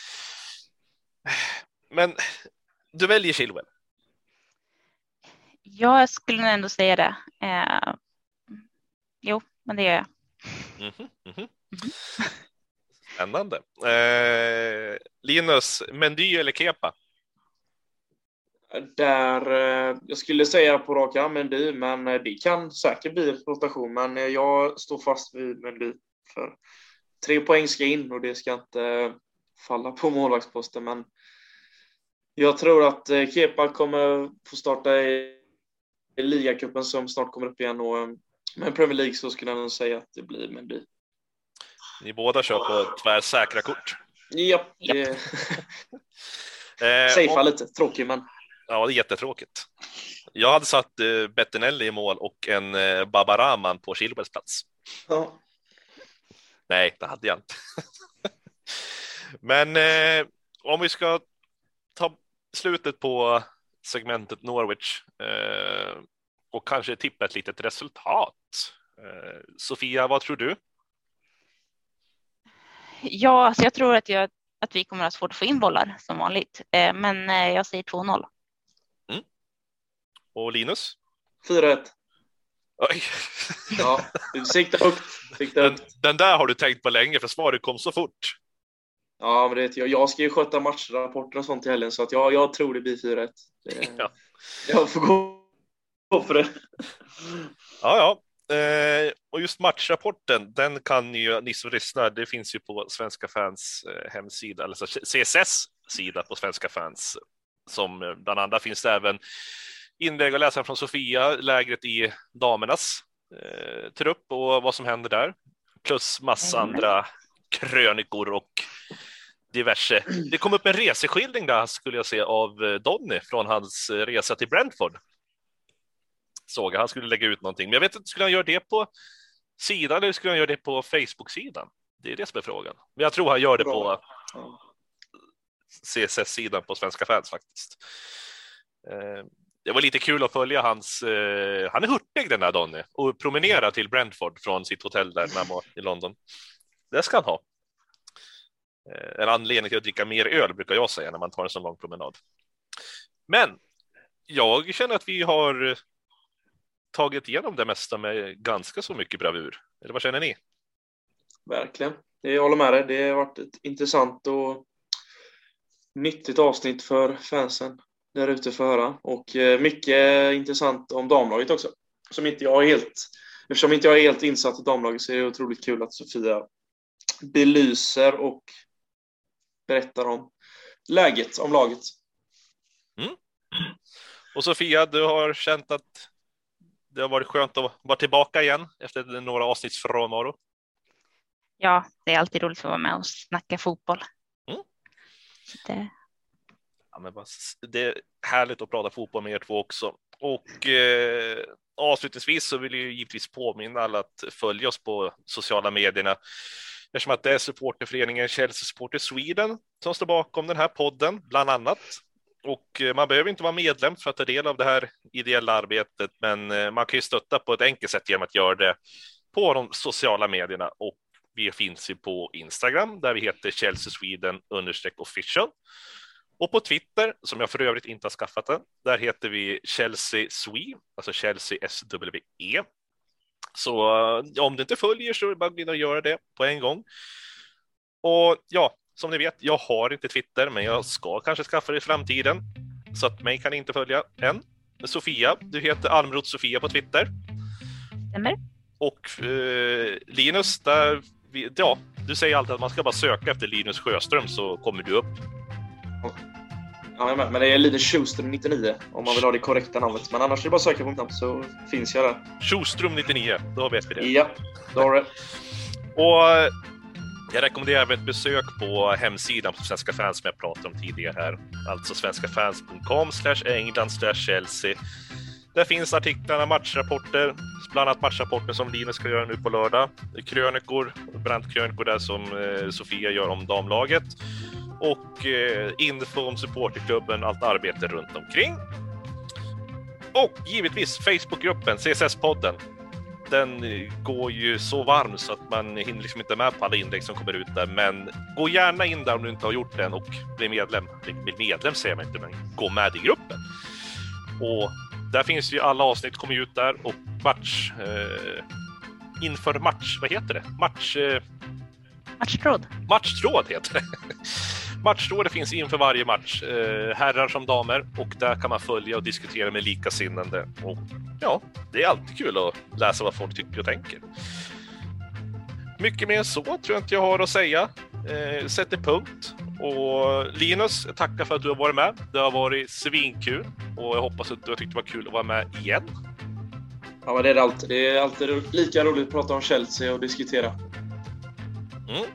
Men du väljer Chilwell. Jag skulle nog ändå säga det. Jo, men det gör jag. Spännande. Linus, Mendy eller Kepa? Jag skulle säga på rak arm Mendy, men det kan säkert bli rotation. Men jag står fast vid Mendy. För 3 poäng ska in och det ska inte falla på målvaktsposten. Men jag tror att Kepa kommer få starta i Liga-cupen som snart kommer upp igen. Men Premier League så skulle jag nog säga att det blir Mendy. Ni båda kör på tvärsäkra kort. Ja. Safea lite, tråkig men. Ja, det är jättetråkigt. Jag hade satt Bettinelli i mål och en Babaraman på Chilwells plats. Ja. Nej, det hade jag inte. Men om vi ska ta slutet på segmentet Norwich och kanske tippa ett litet resultat. Sofia, vad tror du? Ja, alltså jag tror att vi kommer att ha svårt att få in bollar som vanligt. Men jag säger 2-0. Och Linus? 4-1. Oj. Ja, sikta högt. Den där har du tänkt på länge, för svaret kom så fort. Ja, men jag ska ju sköta matchrapporter och sånt i helgen, så att jag tror det blir 4-1. Ja. Jag får gå för det. Ja. Och just matchrapporten, den kan ju ni som lyssnar, det finns ju på Svenska Fans hemsida, alltså CSS-sida på Svenska Fans, som bland annat finns det även inlägg och läsare från Sofia, lägret i damernas trupp och vad som händer där, plus massa andra krönikor och diverse. Det kom upp en reseskildring där, skulle jag se, av Donny från hans resa till Brentford. Såg jag, han skulle lägga ut någonting, men jag vet inte, skulle han göra det på sidan eller skulle han göra det på Facebook-sidan? Det är det som är frågan. Men jag tror han gör det på CSS-sidan på Svenska Fans faktiskt. Det var lite kul att följa hans... han är hurtig, den där Donny, och promenera till Brentford från sitt hotell där när han var i London. Det ska han ha. En anledning till att dricka mer öl, brukar jag säga, när man tar en så lång promenad. Men jag känner att vi har tagit igenom det mesta med ganska så mycket bravur. Eller vad känner ni? Verkligen. Jag håller med dig. Det har varit ett intressant och nyttigt avsnitt för fansen där ute för att höra. Och mycket intressant om damlaget också. Eftersom inte jag är helt insatt i damlaget, så är det otroligt kul att Sofia belyser och berättar om läget, om laget. Och Sofia, du har känt att det har varit skönt att vara tillbaka igen efter några avsnitts frånvaro. Ja, det är alltid roligt att vara med och snacka fotboll. Ja, men det är härligt att prata fotboll med er två också. Och avslutningsvis så vill jag givetvis påminna alla att följa oss på sociala medierna. Eftersom att det är supporterföreningen Chelsea Supporter Sweden som står bakom den här podden, bland annat. Och man behöver inte vara medlem för att ta del av det här ideella arbetet, men man kan ju stötta på ett enkelt sätt genom att göra det på de sociala medierna. Och vi finns ju på Instagram där vi heter Chelsea Sweden _official. Och på Twitter, som jag för övrigt inte har skaffat den, där heter vi Chelsea Swe, alltså Chelsea SWE. Så om du inte följer så är det bara att göra det på en gång. Och ja, som ni vet, jag har inte Twitter, men jag ska kanske skaffa det i framtiden. Så att mig kan inte följa än. Sofia, du heter Almroth Sofia på Twitter. Stämmer. Och Linus, du säger alltid att man ska bara söka efter Linus Sjöström så kommer du upp. Ja, men det är lite Schuström 99 om man vill ha det korrekta namnet. Men annars är det bara att söka på mitt namn så finns jag där. Schuström 99, då vet vi det. Ja, då har det. Och jag rekommenderar även ett besök på hemsidan på Svenska Fans som jag pratade om tidigare här. Alltså svenskafans.com/England/Chelsea. Där finns artiklarna, matchrapporter, bland annat matchrapporter som Linus ska göra nu på lördag. Krönikor, brandkrönikor där som Sofia gör om damlaget. Och info om supporterklubben, allt arbete runt omkring. Och givetvis Facebookgruppen, CSS-podden. Den går ju så varm så att man hinner liksom inte med på alla inlägg som kommer ut där. Men gå gärna in där om du inte har gjort det än och bli medlem. Bli medlem säger man inte, men gå med i gruppen. Och där finns ju alla avsnitt kommer ut där. Och match... inför match, vad heter det? Matchtråd. Matchtråd heter det. Matchtråd finns inför varje match. Herrar som damer. Och där kan man följa och diskutera med likasinnande. Och ja, det är alltid kul att läsa vad folk tycker och tänker. Mycket mer än så tror jag inte jag har att säga. Sätter punkt. Och Linus, tackar för att du har varit med. Det har varit svinkul. Och jag hoppas att du har tyckt det var kul att vara med igen. Ja, men det är det alltid. Det är alltid lika roligt att prata om Chelsea och diskutera.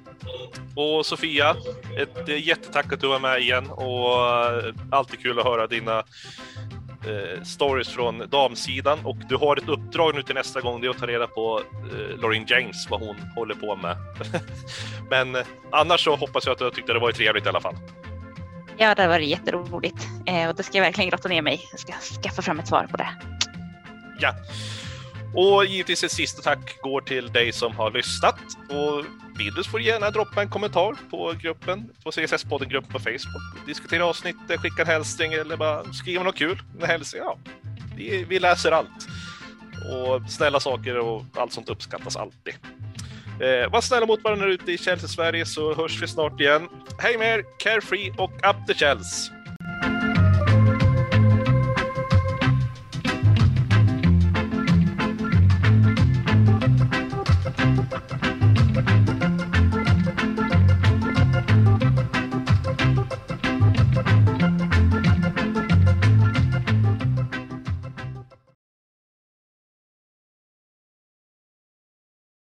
Och Sofia, ett jättetack att du var med igen, och alltid kul att höra dina stories från damsidan. Och du har ett uppdrag nu till nästa gång, det är att ta reda på Lauren James, vad hon håller på med. Men annars så hoppas jag att du tyckte det var trevligt i alla fall. Ja, det var jätteroligt. Och det ska jag verkligen grotta ner mig. Jag ska skaffa fram ett svar på det. Ja. Och givetvis ett sista tack går till dig som har lyssnat. Och vill du får gärna droppa en kommentar på gruppen, på CSS-podden-gruppen på Facebook. Diskutera avsnitt, skicka en hälsning eller bara skriva något kul. En hälsning, ja. Vi läser allt. Och snälla saker och allt sånt uppskattas alltid. Var snälla mot varandra ute i Chelsea, Sverige, så hörs vi snart igen. Hej med er, carefree och up the Chelsea!